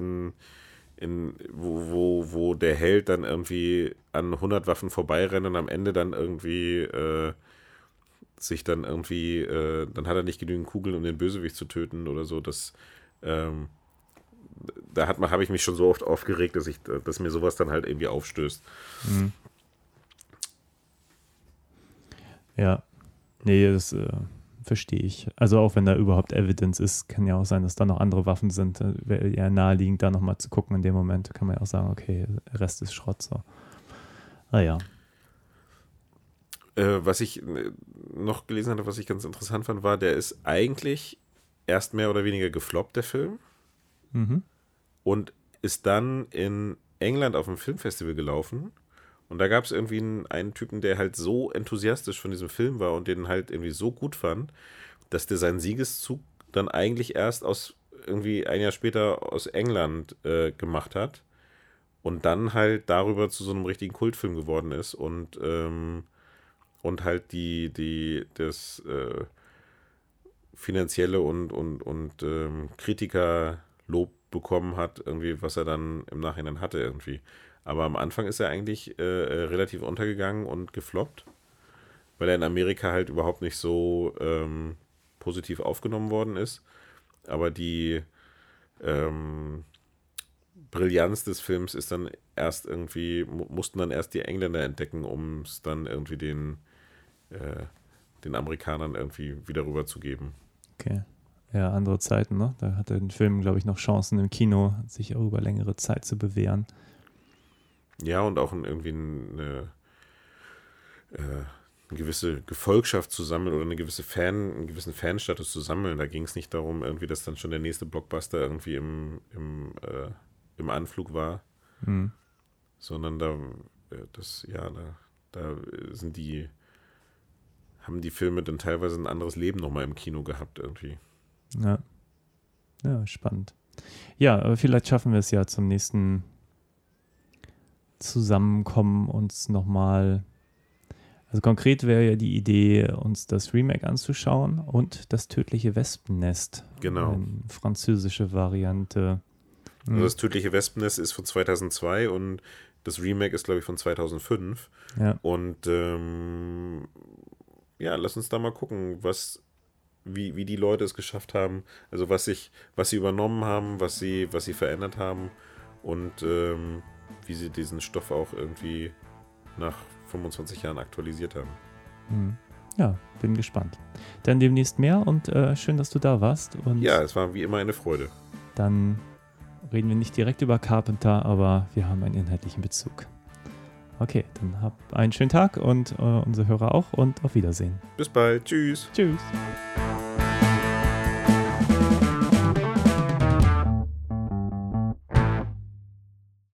wo der Held dann irgendwie an 100 Waffen vorbeirennt und am Ende dann irgendwie dann hat er nicht genügend Kugeln, um den Bösewicht zu töten oder so, habe ich mich schon so oft aufgeregt, dass mir sowas dann halt irgendwie aufstößt. Mhm. Ja, nee, das verstehe ich. Also auch wenn da überhaupt Evidence ist, kann ja auch sein, dass da noch andere Waffen sind. Wäre eher naheliegend, da nochmal zu gucken in dem Moment. Kann man ja auch sagen, okay, der Rest ist Schrott. So. Ja. Was ich noch gelesen hatte, was ich ganz interessant fand, war, der ist eigentlich erst mehr oder weniger gefloppt, der Film. Mhm. Und ist dann in England auf einem Filmfestival gelaufen. Und da gab es irgendwie einen Typen, der halt so enthusiastisch von diesem Film war und den halt irgendwie so gut fand, dass der seinen Siegeszug dann eigentlich erst irgendwie ein Jahr später aus England gemacht hat und dann halt darüber zu so einem richtigen Kultfilm geworden ist und halt das finanzielle und Kritikerlob bekommen hat, irgendwie, was er dann im Nachhinein hatte irgendwie. Aber am Anfang ist er eigentlich relativ untergegangen und gefloppt, weil er in Amerika halt überhaupt nicht so positiv aufgenommen worden ist. Aber die Brillanz des Films ist dann mussten dann erst die Engländer entdecken, um es dann irgendwie den Amerikanern irgendwie wieder rüberzugeben. Okay. Ja, andere Zeiten, ne? Da hatte der Film, glaube ich, noch Chancen im Kino, sich auch über längere Zeit zu bewähren. Ja, und auch irgendwie eine gewisse Gefolgschaft zu sammeln oder einen gewissen Fanstatus zu sammeln. Da ging es nicht darum, irgendwie, dass dann schon der nächste Blockbuster irgendwie im Anflug war, sondern haben die Filme dann teilweise ein anderes Leben nochmal im Kino gehabt irgendwie. Ja, spannend. Ja, aber vielleicht schaffen wir es ja zum nächsten Zusammenkommen uns nochmal, also konkret wäre ja die Idee, uns das Remake anzuschauen und das tödliche Wespennest. Genau. Eine französische Variante. Also das tödliche Wespennest ist von 2002 und das Remake ist, glaube ich, von 2005. Ja. Und lass uns da mal gucken, wie die Leute es geschafft haben, also was sie übernommen haben, was sie verändert haben und wie sie diesen Stoff auch irgendwie nach 25 Jahren aktualisiert haben. Ja, bin gespannt. Dann demnächst mehr und schön, dass du da warst. Und ja, es war wie immer eine Freude. Dann reden wir nicht direkt über Carpenter, aber wir haben einen inhaltlichen Bezug. Okay, dann hab einen schönen Tag und unsere Hörer auch und auf Wiedersehen. Bis bald. Tschüss. Tschüss.